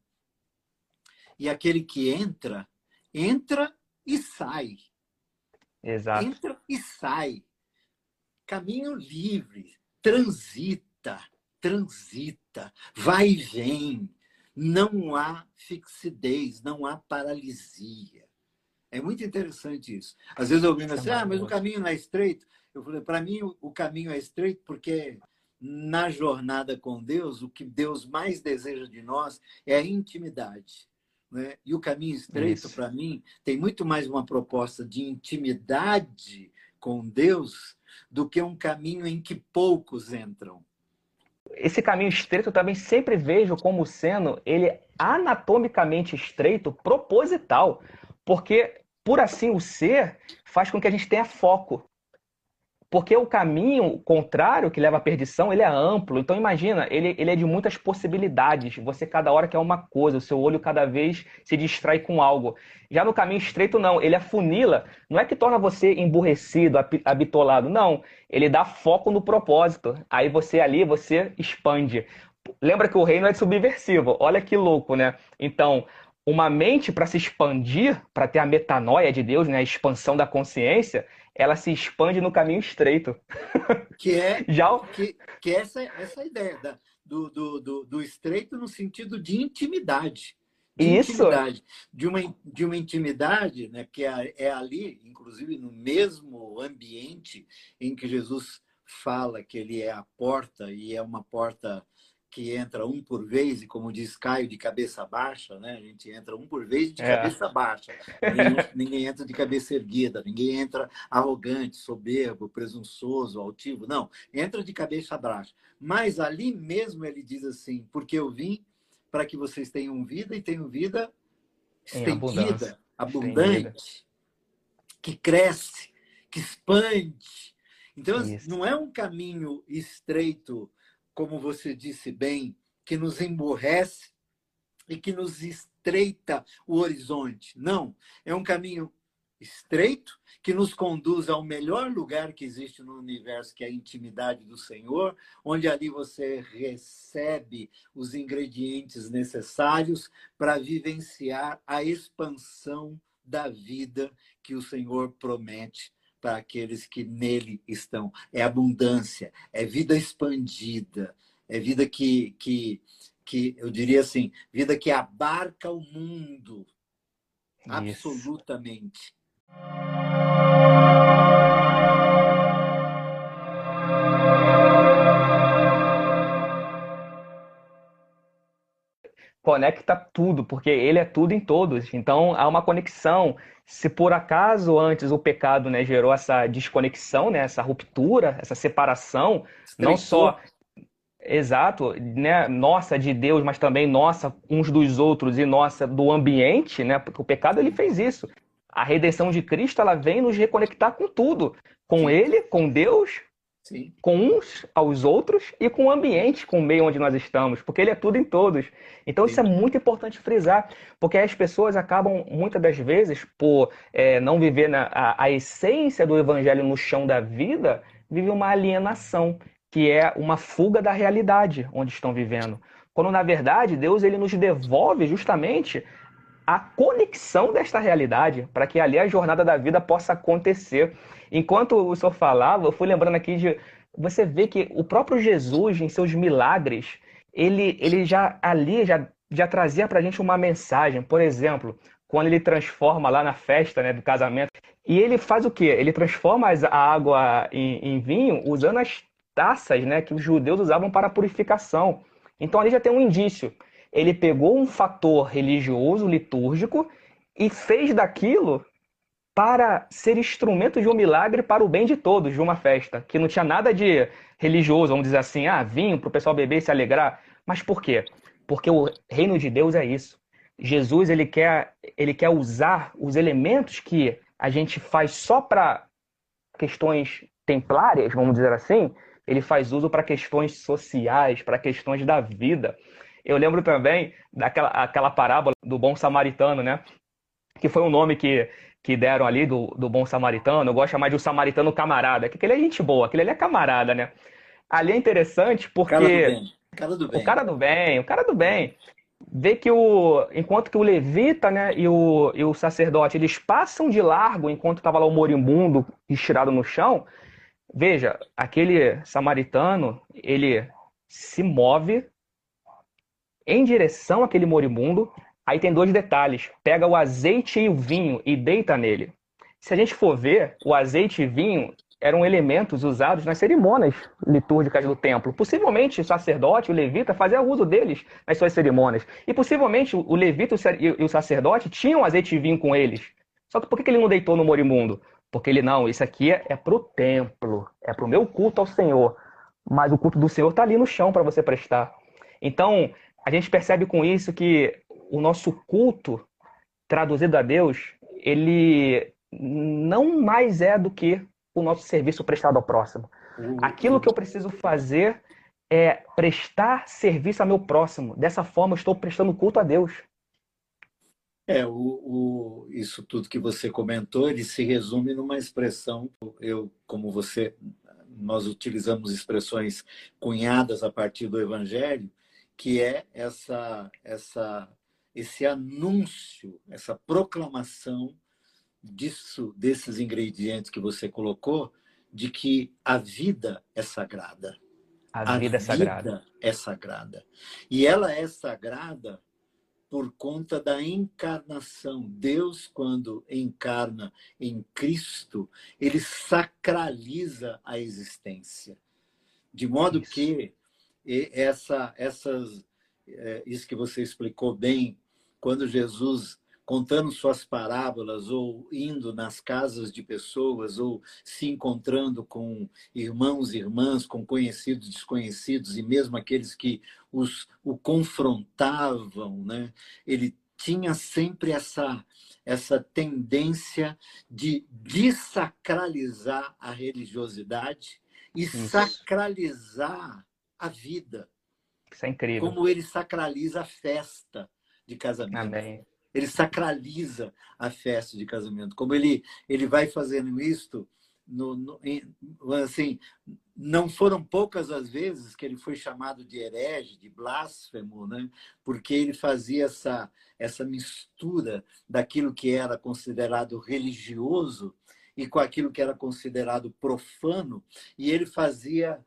e aquele que entra, entra e sai. Exato. Entra e sai. Caminho livre, transita, transita, vai e vem. Não há fixidez, não há paralisia. É muito interessante isso. Às vezes eu ouvindo assim, ah, mas o caminho não é estreito. Eu falei, para mim o caminho é estreito porque na jornada com Deus, o que Deus mais deseja de nós é a intimidade. Né? E o caminho estreito, para mim, tem muito mais uma proposta de intimidade com Deus do que um caminho em que poucos entram. Esse caminho estreito eu também sempre vejo como sendo ele anatomicamente estreito, proposital, porque por assim o ser faz com que a gente tenha foco. Porque o caminho contrário, que leva à perdição, ele é amplo. Então, imagina, ele, ele é de muitas possibilidades. Você, cada hora, quer uma coisa. O seu olho, cada vez, se distrai com algo. Já no caminho estreito, não. Ele afunila. Não é que torna você emburrecido, habitolado. Não. Ele dá foco no propósito. Aí você ali, você expande. Lembra que o reino é subversivo. Olha que louco, né? Então, uma mente, para se expandir, para ter a metanoia de Deus, né? A expansão da consciência, ela se expande no caminho estreito. Que é, Já... que, que é essa, essa ideia da, do, do, do, do estreito no sentido de intimidade. De Isso. intimidade. De uma, de uma intimidade, né, que é, é ali, inclusive no mesmo ambiente em que Jesus fala que ele é a porta, e é uma porta que entra um por vez, e como diz Caio, de cabeça baixa, né? A gente entra um por vez de É. cabeça baixa. Ninguém, ninguém entra de cabeça erguida, ninguém entra arrogante, soberbo, presunçoso, altivo. Não, entra de cabeça baixa. Mas ali mesmo ele diz assim, porque eu vim para que vocês tenham vida e tenham vida Em abundância. estendida, abundante, que cresce, que expande. Então, Isso. não é um caminho estreito, como você disse bem, que nos emborrece e que nos estreita o horizonte. Não, é um caminho estreito que nos conduz ao melhor lugar que existe no universo, que é a intimidade do Senhor, onde ali você recebe os ingredientes necessários para vivenciar a expansão da vida que o Senhor promete para aqueles que nele estão. É abundância, é vida expandida, é vida que, que, que eu diria assim, vida que abarca o mundo. Isso. Absolutamente. Conecta tudo, porque ele é tudo em todos. Então há uma conexão. Se por acaso antes o pecado, né, gerou essa desconexão, né, essa ruptura, essa separação, não Estreitou. só exato, né, nossa de Deus, mas também nossa uns dos outros e nossa do ambiente, né? Porque o pecado ele fez isso. A redenção de Cristo ela vem nos reconectar com tudo, com Sim. Ele, com Deus, Sim. com uns aos outros e com o ambiente, com o meio onde nós estamos, porque ele é tudo em todos. Então isso é Sim. muito importante frisar, porque as pessoas acabam, muitas das vezes, por é, não viver na, a, a essência do evangelho no chão da vida, vive uma alienação, que é uma fuga da realidade onde estão vivendo. Quando, na verdade, Deus ele nos devolve justamente a conexão desta realidade, para que ali a jornada da vida possa acontecer. Enquanto o senhor falava, eu fui lembrando aqui de... Você vê que o próprio Jesus, em seus milagres, ele, ele já ali já, já trazia para a gente uma mensagem. Por exemplo, quando ele transforma lá na festa, né, do casamento, e ele faz o quê? Ele transforma as- a água em, em vinho usando as taças, né, que os judeus usavam para a purificação. Então ali já tem um indício. Ele pegou um fator religioso, litúrgico, e fez daquilo para ser instrumento de um milagre para o bem de todos, de uma festa, que não tinha nada de religioso, vamos dizer assim, ah, vinho para o pessoal beber e se alegrar. Mas por quê? Porque o reino de Deus é isso. Jesus ele quer, ele quer usar os elementos que a gente faz só para questões templárias, vamos dizer assim, ele faz uso para questões sociais, para questões da vida. Eu lembro também daquela aquela parábola do bom samaritano, né? Que foi um nome que, que deram ali do, do bom samaritano. Eu gosto de chamar de um samaritano camarada, que aquele é gente boa, aquele ali é camarada, né? Ali é interessante Cara do porque bem. Cara do o bem. cara do bem, o cara do bem, vê que o, enquanto que o levita, né, e o, e o sacerdote, eles passam de largo enquanto estava lá o moribundo estirado no chão, veja, aquele samaritano, ele se move em direção àquele moribundo. Aí tem dois detalhes. Pega o azeite e o vinho e deita nele. Se a gente for ver, o azeite e vinho eram elementos usados nas cerimônias litúrgicas do templo. Possivelmente o sacerdote, o levita, fazia uso deles nas suas cerimônias. E possivelmente o levita e o sacerdote tinham azeite e vinho com eles. Só que por que ele não deitou no moribundo? Porque ele, não, isso aqui é para o templo, é para o meu culto ao Senhor. Mas o culto do Senhor está ali no chão para você prestar. Então, a gente percebe com isso que o nosso culto, traduzido a Deus, ele não mais é do que o nosso serviço prestado ao próximo. Aquilo que eu preciso fazer é prestar serviço ao meu próximo. Dessa forma, eu estou prestando culto a Deus. É, o, o, isso tudo que você comentou, ele se resume numa expressão, eu, como você, nós utilizamos expressões cunhadas a partir do Evangelho, que é essa, essa, esse anúncio, essa proclamação disso, desses ingredientes que você colocou, de que a vida é sagrada. A vida é sagrada. A vida é sagrada. E ela é sagrada por conta da encarnação. Deus, quando encarna em Cristo, ele sacraliza a existência. De modo Isso. que e essa, essas, é, isso que você explicou bem, quando Jesus, contando suas parábolas, ou indo nas casas de pessoas, ou se encontrando com irmãos e irmãs, com conhecidos e desconhecidos, e mesmo aqueles que os, o confrontavam, né? Ele tinha sempre essa, essa tendência de desacralizar a religiosidade e Isso. sacralizar a vida, Isso é incrível. como ele sacraliza a festa de casamento. Amém. Ele sacraliza a festa de casamento. Como ele, ele vai fazendo isto, no, no, assim, não foram poucas as vezes que ele foi chamado de herege, de blasfemo, né? Porque ele fazia essa, essa mistura daquilo que era considerado religioso e com aquilo que era considerado profano, e ele fazia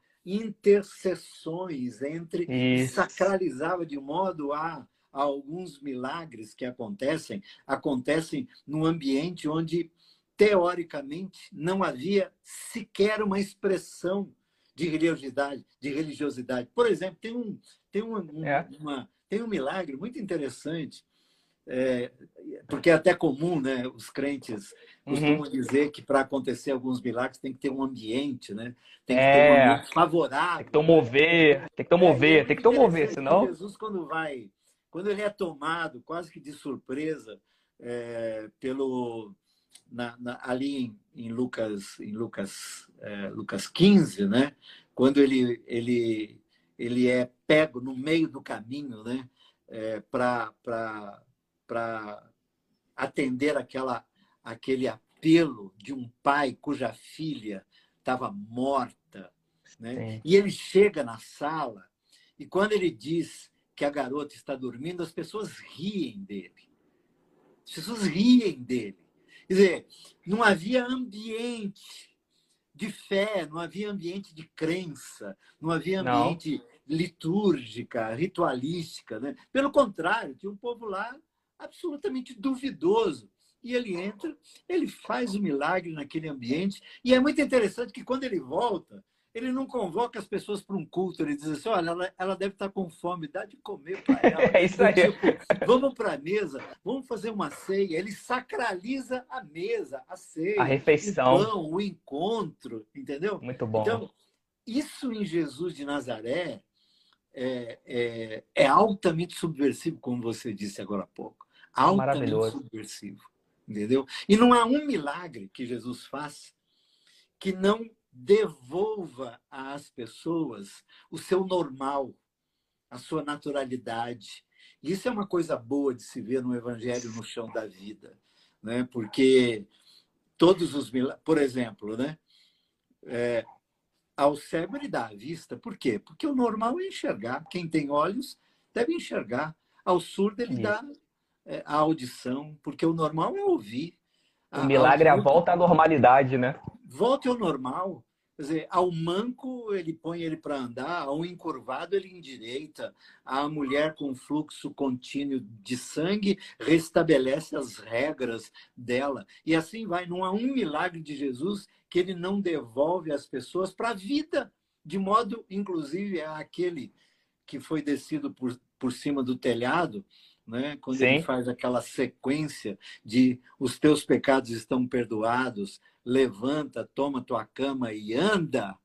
interseções entre e Isso. sacralizava de modo a alguns milagres que acontecem, acontecem num ambiente onde, teoricamente, não havia sequer uma expressão de religiosidade. De religiosidade. Por exemplo, tem um, tem um, um, É. uma, tem um milagre muito interessante, é, porque é até comum, né? Os crentes costumam Uhum. dizer que para acontecer alguns milagres tem que ter um ambiente, né? Tem que ter um É. ambiente favorável. Tem que ter um mover, tem que ter um É, e é mover, tem muito que ter um mover, interessante que senão. Jesus, quando vai, quando ele é tomado quase que de surpresa é, pelo na, na, ali em, em Lucas, em Lucas, é, Lucas quinze, né? Quando ele ele ele é pego no meio do caminho, né? É, para para atender aquela aquele apelo de um pai cuja filha estava morta, né? Sim. E ele chega na sala e quando ele diz que a garota está dormindo, as pessoas riem dele. As pessoas riem dele. Quer dizer, não havia ambiente de fé, não havia ambiente de crença, não havia Não. ambiente litúrgica, ritualística, né? Pelo contrário, tinha um povo lá absolutamente duvidoso. E ele entra, ele faz o milagre naquele ambiente. E é muito interessante que quando ele volta, ele não convoca as pessoas para um culto, ele diz assim, olha, ela, ela deve estar com fome, dá de comer para ela. É isso aí. Tipo, vamos para a mesa, vamos fazer uma ceia. Ele sacraliza a mesa, a ceia, A refeição. o pão, o encontro, entendeu? Muito bom. Então, isso em Jesus de Nazaré é, é, é altamente subversivo, como você disse agora há pouco. Altamente Maravilhoso. subversivo, entendeu? E não há um milagre que Jesus faz que não devolva às pessoas o seu normal, a sua naturalidade. Isso é uma coisa boa de se ver no Evangelho no chão da vida, né? Porque todos os milagres, por exemplo, né? É, ao cego ele dá a vista. Por quê? Porque o normal é enxergar. Quem tem olhos deve enxergar. Ao surdo ele Isso. dá é, a audição, porque o normal é ouvir. O milagre é a volta à normalidade, né? Volte ao normal. Quer dizer, ao manco ele põe ele para andar, ao encurvado ele endireita, a mulher com fluxo contínuo de sangue restabelece as regras dela. E assim vai. Não há um milagre de Jesus que ele não devolve as pessoas para a vida, de modo, inclusive, é aquele que foi descido por, por cima do telhado, né? Quando Sim. ele faz aquela sequência de os teus pecados estão perdoados, levanta, toma tua cama e anda.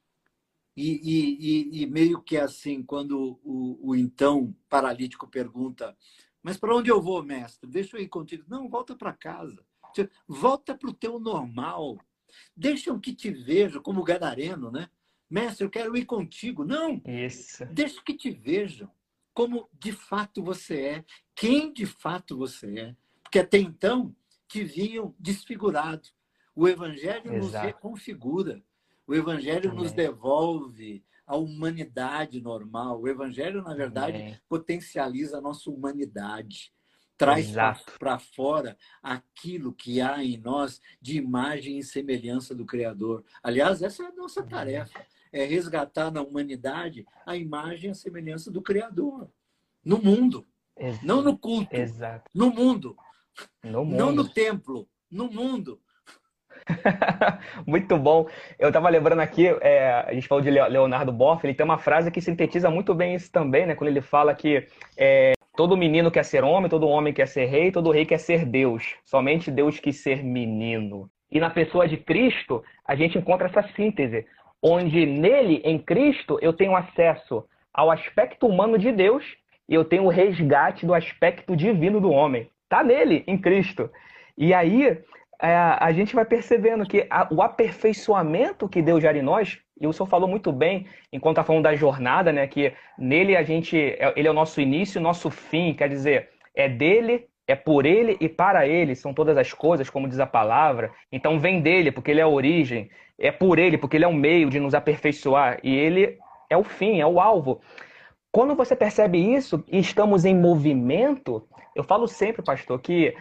E, e, e, e meio que assim, quando o, o então paralítico pergunta, mas para onde eu vou, mestre? Deixa eu ir contigo. Não, volta para casa. Volta para o teu normal. Deixa que te vejam, como o gadareno, né? Mestre, eu quero ir contigo. Não, Isso. deixa que te vejam como de fato você é, quem de fato você é. Porque até então te viam desfigurado. O Evangelho nos Exato. reconfigura. O Evangelho Amém. nos devolve a humanidade normal. O Evangelho, na verdade, Amém. potencializa a nossa humanidade. Traz Exato. para fora aquilo que há em nós de imagem e semelhança do Criador. Aliás, essa é a nossa tarefa. É resgatar na humanidade a imagem e a semelhança do Criador. No mundo. Exato. Não no culto. Exato. No mundo. No Não mundo. no templo. No mundo. Muito bom. Eu estava lembrando aqui, é, a gente falou de Leo- Leonardo Boff, ele tem uma frase que sintetiza muito bem isso também, né? Quando ele fala que todo menino quer ser homem, todo homem quer ser rei, todo rei quer ser Deus. Somente Deus quis ser menino. E na pessoa de Cristo, a gente encontra essa síntese, onde nele, em Cristo, eu tenho acesso ao aspecto humano de Deus e eu tenho o resgate do aspecto divino do homem. Tá nele, em Cristo. E aí, é, a gente vai percebendo que a- o aperfeiçoamento que Deus gera em nós, e o senhor falou muito bem, enquanto está falando da jornada, né, que nele a gente, é- ele é o nosso início e o nosso fim, quer dizer, é dele, é por ele e para ele, são todas as coisas, como diz a palavra. Então vem dele, porque ele é a origem, é por ele, porque ele é o meio de nos aperfeiçoar, e ele é o fim, é o alvo. Quando você percebe isso e estamos em movimento, eu falo sempre, pastor, que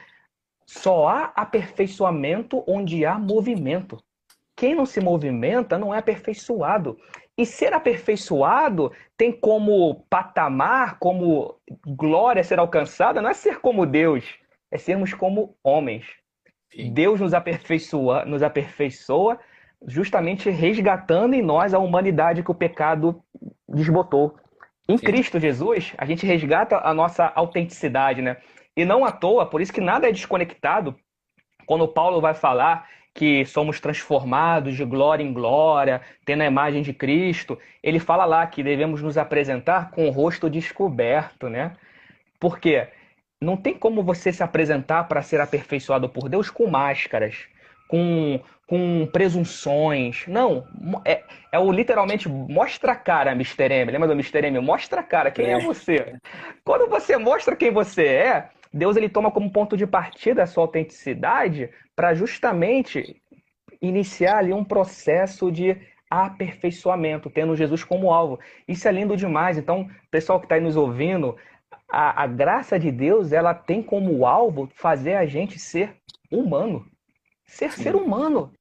só há aperfeiçoamento onde há movimento. Quem não se movimenta não é aperfeiçoado. E ser aperfeiçoado tem como patamar, como glória a ser alcançada, não é ser como Deus, é sermos como homens. Sim, Deus nos aperfeiçoa, nos aperfeiçoa justamente resgatando em nós a humanidade que o pecado desbotou. Em sim. Cristo Jesus, a gente resgata a nossa autenticidade, né? E não à toa, por isso que nada é desconectado quando Paulo vai falar que somos transformados de glória em glória, tendo a imagem de Cristo, ele fala lá que devemos nos apresentar com o rosto descoberto, né? Por quê? Não tem como você se apresentar para ser aperfeiçoado por Deus com máscaras, com, com presunções. Não, é, é o literalmente mostra a cara, mister M. Lembra do mister M? Mostra a cara, quem é É, você? Quando você mostra quem você é, Deus ele toma como ponto de partida a sua autenticidade para justamente iniciar ali um processo de aperfeiçoamento, tendo Jesus como alvo. Isso é lindo demais. Então, pessoal que está aí nos ouvindo, a, a graça de Deus, ela tem como alvo fazer a gente ser humano. Ser ser sim. humano.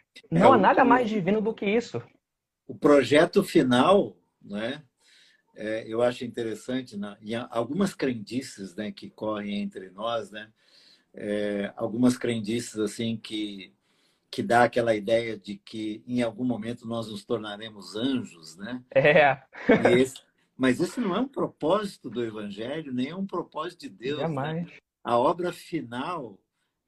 É Não há o, nada o, mais divino do que isso. o projeto final, né? É, eu acho interessante, né? Em algumas crendices, né, que correm entre nós, né? É, algumas crendices assim que que dá aquela ideia de que em algum momento nós nos tornaremos anjos, né? É, E esse, mas esse não é um propósito do Evangelho, nem é um propósito de Deus, né? jamais. A obra final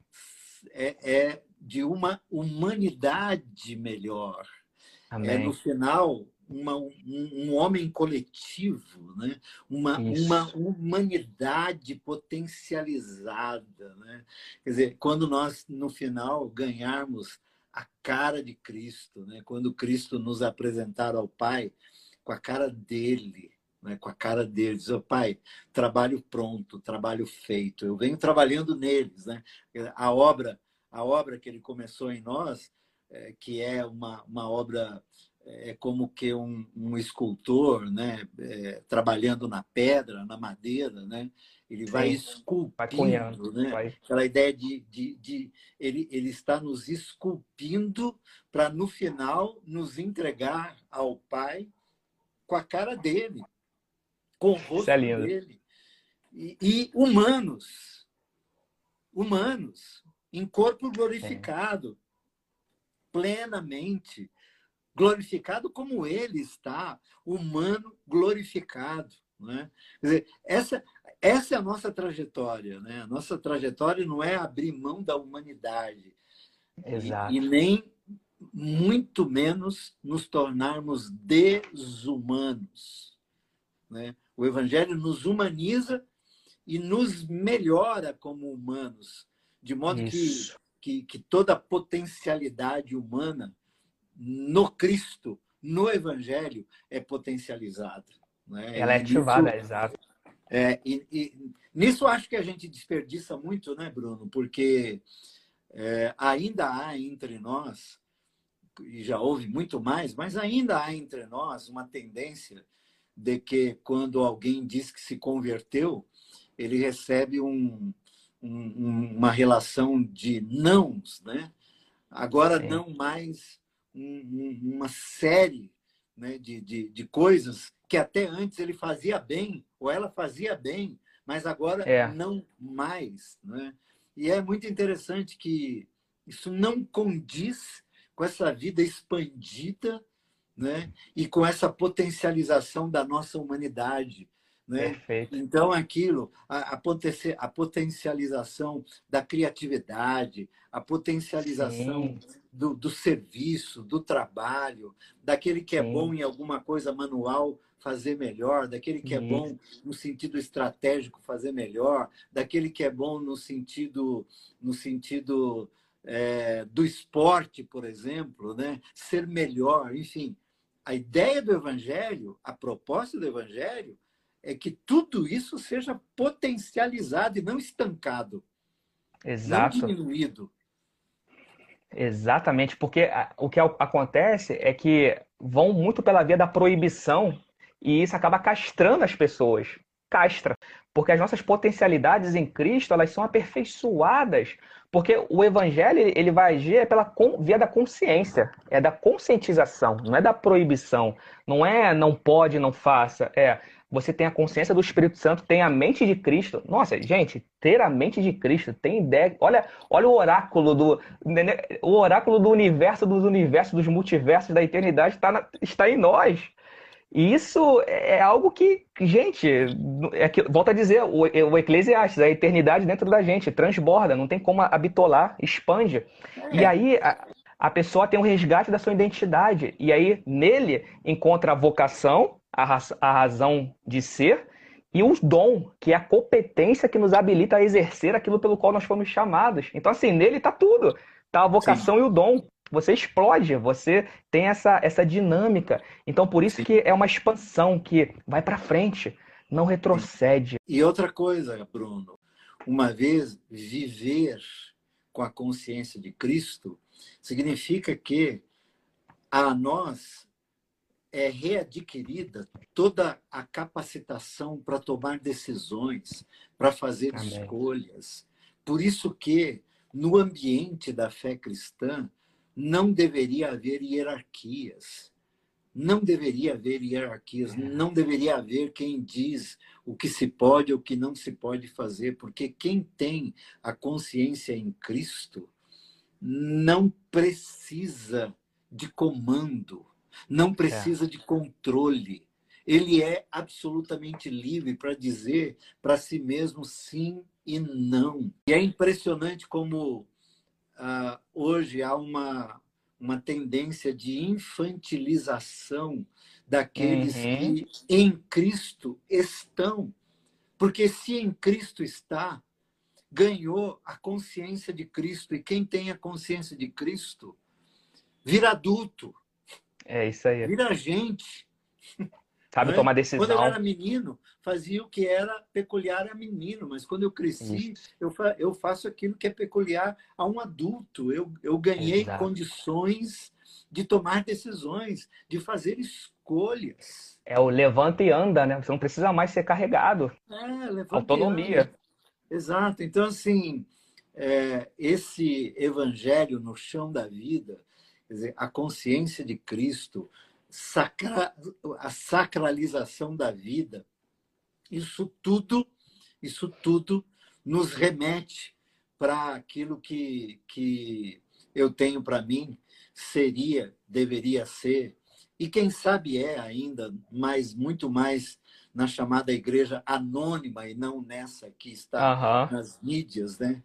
é, é de uma humanidade melhor. É, no Amém. final, uma, um, um homem coletivo, né? uma, uma Isso. humanidade potencializada. Né? Quer dizer, quando nós, no final, ganharmos a cara de Cristo, né? Quando Cristo nos apresentar ao Pai com a cara dele, né? Com a cara deles, oh, Pai, trabalho pronto, trabalho feito, eu venho trabalhando neles. Né? A obra, a obra que ele começou em nós, é, que é uma, uma obra é como que um, um escultor, né, é, trabalhando na pedra, na madeira, né, ele vai Sim. Vai cunhando. esculpindo, né, Vai. aquela ideia de, de, de ele, ele está nos esculpindo para no final nos entregar ao Pai com a cara dele, com o Isso é rosto lindo. dele e, e humanos, humanos em corpo Sim. glorificado plenamente glorificado como ele está, humano glorificado. Né? Quer dizer, essa, essa é a nossa trajetória. Né? A nossa trajetória não é abrir mão da humanidade e, e Exato. nem muito menos nos tornarmos desumanos. Né? O Evangelho nos humaniza e nos melhora como humanos, de modo que, Isso. que, que toda a potencialidade humana no Cristo, no Evangelho, é potencializada. Né? Ela é E nisso, ativada, exato. é, e, e, nisso acho que a gente desperdiça muito, né, Bruno? Porque é, ainda há entre nós, e já houve muito mais, mas ainda há entre nós uma tendência de que quando alguém diz que se converteu, ele recebe um, um, uma relação de nãos, né? Agora Sim. não mais um, uma série, né, de, de, de coisas que até antes ele fazia bem, ou ela fazia bem, mas agora É. não mais. Né? E é muito interessante que Isso não condiz com essa vida expandida, né? E com essa potencialização da nossa humanidade, né? Perfeito. Então, aquilo, a, a, potenci- a potencialização da criatividade, a potencialização Sim, do, do serviço, do trabalho, daquele que é bom sim. em alguma coisa manual, fazer melhor, daquele que é Isso. bom no sentido estratégico, fazer melhor, daquele que é bom no sentido, no sentido é, do esporte, por exemplo, né? Ser melhor, enfim. A ideia do Evangelho, a proposta do Evangelho, é que tudo isso seja potencializado e não estancado, não Exato. diminuído. Exatamente, porque a- o que ao- acontece é que vão muito pela via da proibição e isso acaba castrando as pessoas. Castra. Porque as nossas potencialidades em Cristo, elas são aperfeiçoadas. Porque o evangelho, ele ele vai agir é pela con- via da consciência, é da conscientização, não é da proibição. Não é não pode, não faça. É, você tem a consciência do Espírito Santo, tem a mente de Cristo. Nossa, gente, ter a mente de Cristo, tem ideia. Olha, olha o oráculo do, o oráculo do universo, dos universos, dos multiversos da eternidade está, na- está em nós. E isso é algo que, gente, é que, volto a dizer, o, o Eclesiastes, a eternidade dentro da gente, transborda, não tem como habitolar, expande. E É, aí a, a pessoa tem um resgate da sua identidade. E aí nele encontra a vocação, a, raz- a razão de ser, e o dom, que é a competência que nos habilita a exercer aquilo pelo qual nós fomos chamados. Então, assim, nele está tudo. Está a sim, vocação e o dom. Você explode, você tem essa, essa dinâmica. Então, por isso sim, que é uma expansão que vai para frente, não sim. retrocede. E outra coisa, Bruno, uma vez viver com a consciência de Cristo significa que a nós é readquirida toda a capacitação para tomar decisões, para fazer Amém. escolhas. Por isso que no ambiente da fé cristã não deveria haver hierarquias. Não deveria haver hierarquias, É, não deveria haver quem diz o que se pode ou o que não se pode fazer, porque quem tem a consciência em Cristo não precisa de comando, não é, precisa de controle. Ele é absolutamente livre para dizer para si mesmo sim e não. E é impressionante como ah, hoje há uma, uma tendência de infantilização daqueles uhum, que em Cristo estão. Porque se em Cristo está, ganhou a consciência de Cristo. E quem tem a consciência de Cristo vira adulto, é isso aí. vira gente. Não Sabe é? tomar Quando eu era decisão. menino, fazia o que era peculiar a menino, mas quando eu cresci, Isso, eu, fa eu faço aquilo que é peculiar a um adulto. Eu, eu ganhei exato. condições de tomar decisões, de fazer escolhas. É o levanta e anda, né? Você não precisa mais ser carregado. É, levanta e anda. Autonomia. Exato. Então, assim, é, esse evangelho no chão da vida, quer dizer, a consciência de Cristo, sacra, a sacralização da vida, isso tudo, isso tudo nos remete para aquilo que, que eu tenho para mim seria, deveria ser, e quem sabe é ainda, mas muito mais na chamada igreja anônima e não nessa que está Aham, nas mídias, né?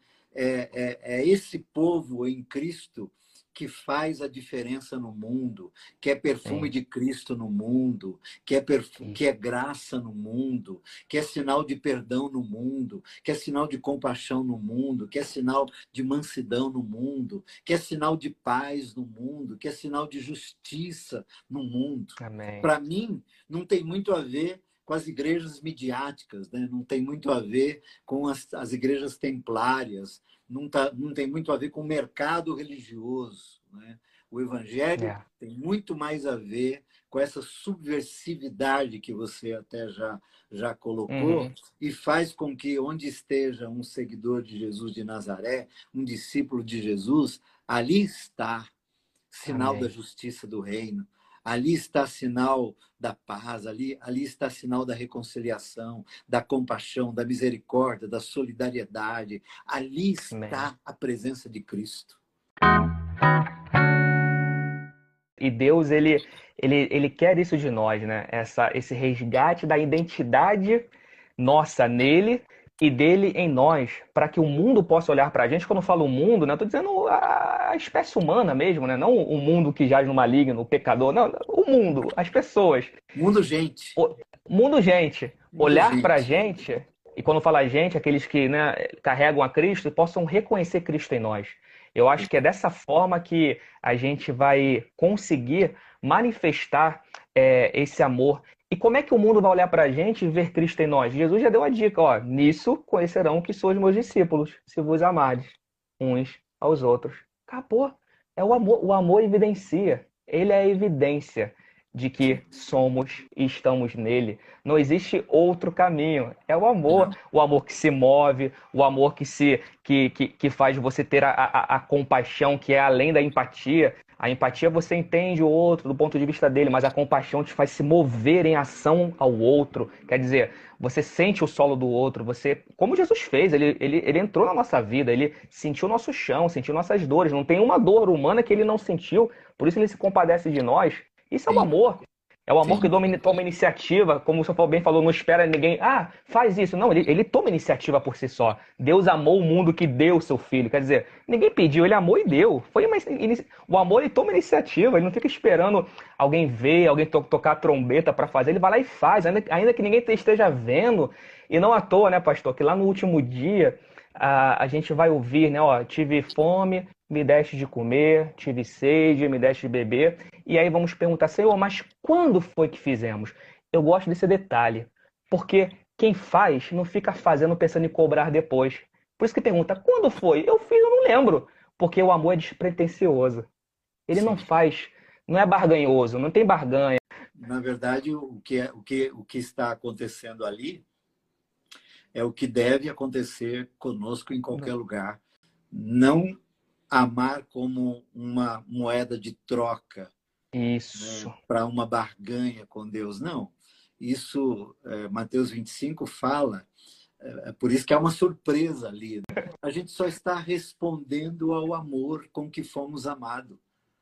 É, é, é esse povo em Cristo que faz a diferença no mundo, que é perfume sim. de Cristo no mundo, que é, perfu que Isso. é graça no mundo, que é sinal de perdão no mundo, que é sinal de compaixão no mundo, que é sinal de mansidão no mundo, que é sinal de paz no mundo, que é sinal de justiça no mundo. Amém. Para mim, não tem muito a ver com as igrejas midiáticas, né? Não tem muito a ver com as, as igrejas templárias, não, tá, não tem muito a ver com o mercado religioso, né? O evangelho É. tem muito mais a ver com essa subversividade que você até já, já colocou Uhum. e faz com que onde esteja um seguidor de Jesus de Nazaré, um discípulo de Jesus, ali está sinal da Amém. justiça do reino. Ali está sinal da paz, ali, ali está sinal da reconciliação, da compaixão, da misericórdia, da solidariedade. Ali Amém. está a presença de Cristo. E Deus, ele, ele, ele quer isso de nós, né? Essa, esse resgate da identidade nossa nele e dele em nós, para que o mundo possa olhar para a gente. Quando eu falo mundo, né? Eu tô dizendo a, a espécie humana mesmo, né? Não o mundo que jaz no maligno, o pecador. Não, o mundo, as pessoas. Mundo gente. O mundo, gente. Mundo Olhar para a gente. gente, e quando fala gente, aqueles que, né, carregam a Cristo, possam reconhecer Cristo em nós. Eu acho que é dessa forma que a gente vai conseguir manifestar é, esse amor. E como é que o mundo vai olhar para a gente e ver Cristo em nós? Jesus já deu a dica, ó, nisso conhecerão que sois meus discípulos, se vos amardes uns aos outros. Acabou. É o amor, o amor evidencia. Ele é a evidência de que somos e estamos nele. Não existe outro caminho. É o amor. O amor que se move, o amor que se que, que, que faz você ter a, a, a compaixão, que é além da empatia. A empatia você entende o outro do ponto de vista dele, mas a compaixão te faz se mover em ação ao outro. Quer dizer, você sente o solo do outro, você, como Jesus fez, ele, ele, ele entrou na nossa vida, ele sentiu nosso chão, sentiu nossas dores. Não tem uma dor humana que ele não sentiu, por isso ele se compadece de nós. Isso é o Sim. amor. É o amor Sim. que toma, toma iniciativa, como o senhor bem falou, não espera ninguém, ah, faz isso. Não, ele, ele toma iniciativa por si só. Deus amou o mundo que deu o seu filho. Quer dizer, ninguém pediu, ele amou e deu. Foi uma, o amor, ele toma iniciativa, ele não fica esperando alguém ver, alguém to tocar a trombeta para fazer, ele vai lá e faz, ainda, ainda que ninguém esteja vendo. E não à toa, né, pastor, que lá no último dia a, a gente vai ouvir, né, ó, tive fome, me deste de comer, tive sede, me deste de beber. E aí vamos perguntar, Senhor, mas quando foi que fizemos? Eu gosto desse detalhe, porque quem faz não fica fazendo pensando em cobrar depois. Por isso que pergunta, quando foi? Eu fiz, eu não lembro. Porque o amor é despretensioso. Ele não Sim. faz, não é barganhoso, não tem barganha. Na verdade, o que, é, o, que, o que está acontecendo ali é o que deve acontecer conosco em qualquer lugar. Não amar como uma moeda de troca, Isso. né, para uma barganha com Deus. Não. Isso, é, Mateus vinte e cinco fala, é, por isso que é uma surpresa ali. A gente só está respondendo ao amor com que fomos amados.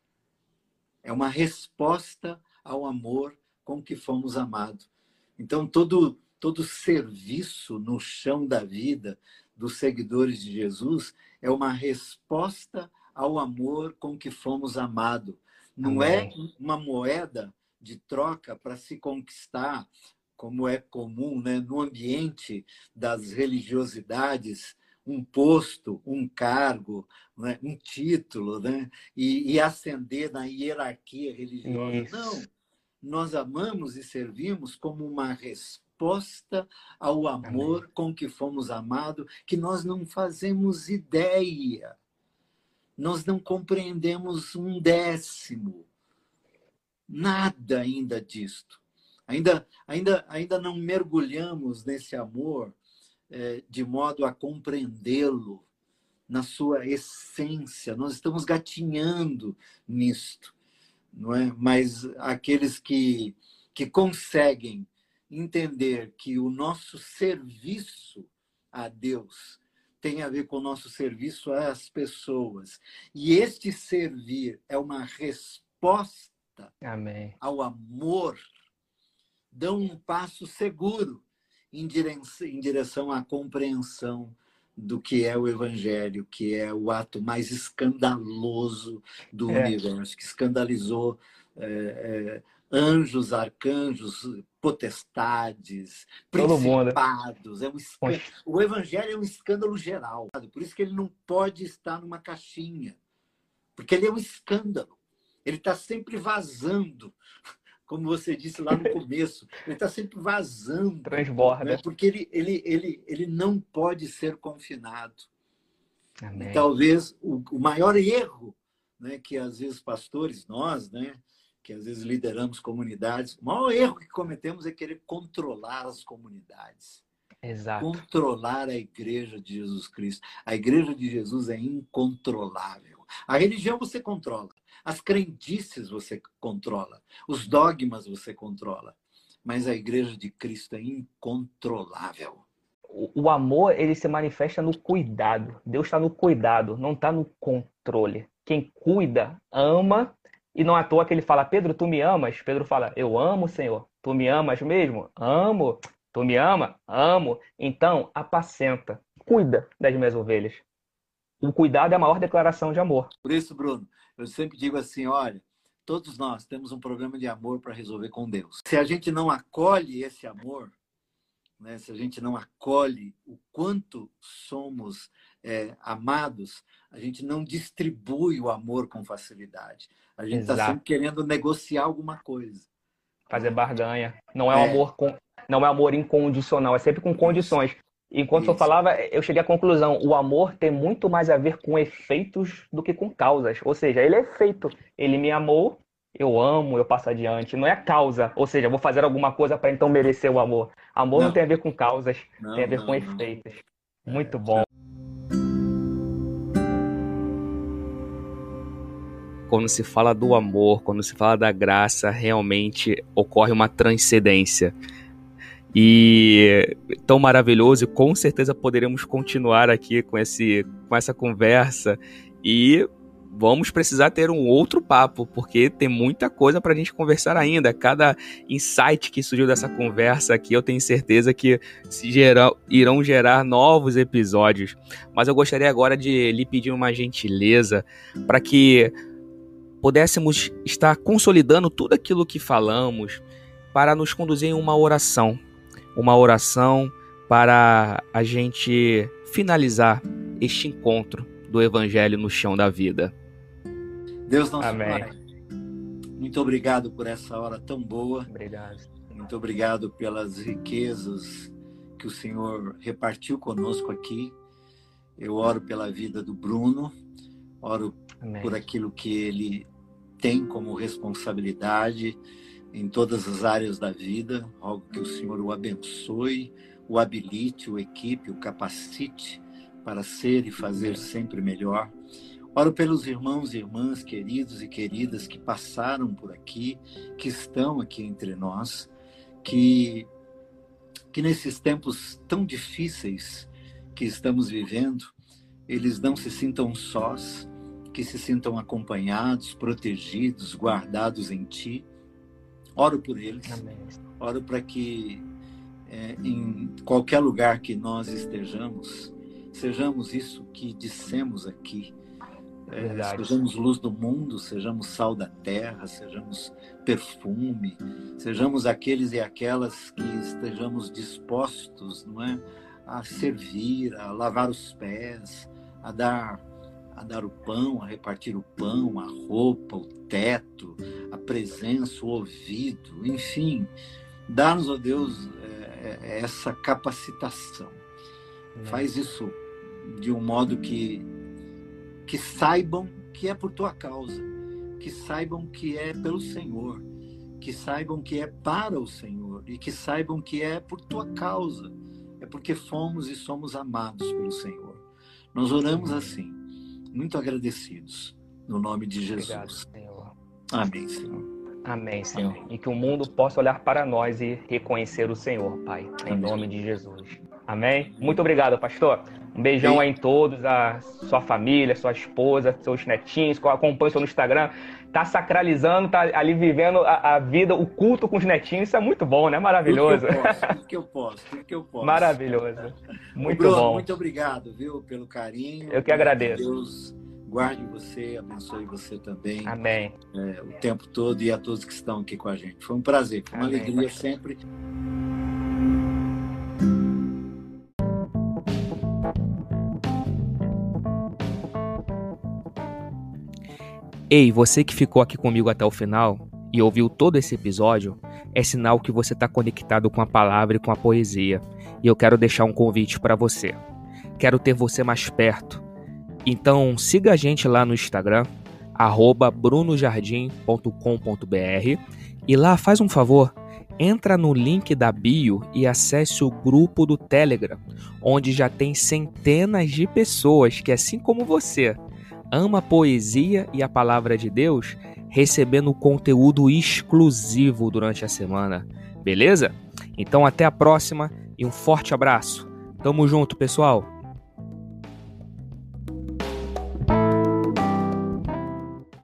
É uma resposta ao amor com que fomos amados. Então, todo, todo serviço no chão da vida dos seguidores de Jesus é uma resposta ao amor com que fomos amados. Não Amém. é uma moeda de troca para se conquistar, como é comum, né, no ambiente das religiosidades, um posto, um cargo, né, um título, né, e, e ascender na hierarquia religiosa. Isso. Não, nós amamos e servimos como uma resposta ao amor Amém. com que fomos amados, que nós não fazemos ideia. Nós não compreendemos um décimo. Nada ainda disto. Ainda, ainda, ainda não mergulhamos nesse amor é, de modo a compreendê-lo na sua essência. Nós estamos gatinhando nisto, não é? Mas aqueles que, que conseguem entender que o nosso serviço a Deus tem a ver com o nosso serviço às pessoas. E este servir é uma resposta Amém. ao amor, dão um passo seguro em direção, em direção à compreensão do que é o Evangelho, que é o ato mais escandaloso do É. universo, que escandalizou é, é, anjos, arcanjos, potestades, Todo mundo. principados. É um escândalo. O Evangelho é um escândalo geral. Por isso que ele não pode estar numa caixinha, porque ele é um escândalo. Ele está sempre vazando, como você disse lá no começo. Ele está sempre vazando. Transborda. Né? Porque ele, ele, ele, ele não pode ser confinado. Amém. E talvez o, o maior erro, né, que às vezes pastores, nós, né, que às vezes lideramos comunidades, o maior erro que cometemos é querer controlar as comunidades. Exato. Controlar a igreja de Jesus Cristo. A igreja de Jesus é incontrolável. A religião você controla. As crendices você controla. Os dogmas você controla. Mas a igreja de Cristo é incontrolável. o, o amor, ele se manifesta no cuidado. Deus está no cuidado, não está no controle. Quem cuida, ama, e não é à toa que ele fala, Pedro, tu me amas? Pedro fala, eu amo, Senhor. Tu me amas mesmo? Amo. Tu me ama? Amo. Então, apacenta, cuida das minhas ovelhas. O cuidado é a maior declaração de amor. Por isso, Bruno, eu sempre digo assim, olha, todos nós temos um problema de amor para resolver com Deus. Se a gente não acolhe esse amor, né, se a gente não acolhe o quanto somos é, amados, a gente não distribui o amor com facilidade. A gente está sempre querendo negociar alguma coisa. Fazer barganha. Não é um amor com... não é amor incondicional, é sempre com condições. Enquanto Isso. eu falava, eu cheguei à conclusão, o amor tem muito mais a ver com efeitos do que com causas. Ou seja, ele é efeito. Ele me amou, eu amo, eu passo adiante. Não é causa, ou seja, vou fazer alguma coisa para então merecer o amor. Amor não, não tem a ver com causas, não, tem a ver não, com efeitos. Não. Muito bom. Quando se fala do amor, quando se fala da graça, realmente ocorre uma transcendência. E tão maravilhoso, e com certeza poderemos continuar aqui com, esse, com essa conversa, e vamos precisar ter um outro papo, porque tem muita coisa para a gente conversar ainda. Cada insight que surgiu dessa conversa aqui, eu tenho certeza que se gerar, irão gerar novos episódios. Mas eu gostaria agora de lhe pedir uma gentileza para que pudéssemos estar consolidando tudo aquilo que falamos para nos conduzir em uma oração. Uma oração para a gente finalizar este encontro do Evangelho no chão da vida. Deus nosso Amém. Pai, muito obrigado por essa hora tão boa. Obrigado. Muito obrigado pelas riquezas que o Senhor repartiu conosco aqui. Eu oro pela vida do Bruno, oro Amém. Por aquilo que ele tem como responsabilidade em todas as áreas da vida. Rogo que o Senhor o abençoe, o habilite, o equipe, o capacite para ser e fazer sempre melhor. Oro pelos irmãos e irmãs queridos e queridas que passaram por aqui, que estão aqui entre nós, que, que nesses tempos tão difíceis que estamos vivendo, eles não se sintam sós, que se sintam acompanhados, protegidos, guardados em Ti. Oro por eles, Amém. Oro para que é, em qualquer lugar que nós estejamos, sejamos isso que dissemos aqui, é, sejamos luz do mundo, sejamos sal da terra, sejamos perfume, sejamos aqueles e aquelas que estejamos dispostos, não é, a servir, a lavar os pés, a dar, a dar o pão, a repartir o pão, a roupa, o teto, a presença, o ouvido, enfim, dá-nos, ó Deus, é, essa capacitação. Amém. Faz isso de um modo que, que saibam que é por Tua causa, que saibam que é pelo Senhor, que saibam que é para o Senhor e que saibam que é por Tua causa, é porque fomos e somos amados pelo Senhor. Nós oramos assim, muito agradecidos, no nome de Jesus. Obrigado, Senhor. Amém, Senhor. Amém, Senhor. Amém. E que o mundo possa olhar para nós e reconhecer o Senhor, Pai, em Amém. Nome de Jesus. Amém? Muito obrigado, pastor. Um beijão aí em todos, a sua família, sua esposa, seus netinhos, que acompanham o seu no Instagram. Tá sacralizando, tá ali vivendo a, a vida, o culto com os netinhos. Isso é muito bom, né? Maravilhoso. Tudo que eu posso, tudo que eu posso. Maravilhoso. Muito Bruno, bom. Muito obrigado, viu, pelo carinho. Eu que agradeço. Deus guarde você, abençoe você também. Amém. É, o tempo todo e a todos que estão aqui com a gente. Foi um prazer, foi uma Amém, alegria pastor. Sempre. Ei, você que ficou aqui comigo até o final e ouviu todo esse episódio, é sinal que você está conectado com a palavra e com a poesia. E eu quero deixar um convite para você. Quero ter você mais perto. Então siga a gente lá no Instagram, arroba bruno jardim ponto com ponto b r, e lá faz um favor, entra no link da bio e acesse o grupo do Telegram, onde já tem centenas de pessoas que, assim como você, ama a poesia e a palavra de Deus, recebendo conteúdo exclusivo durante a semana, beleza? Então até a próxima e um forte abraço. Tamo junto, pessoal.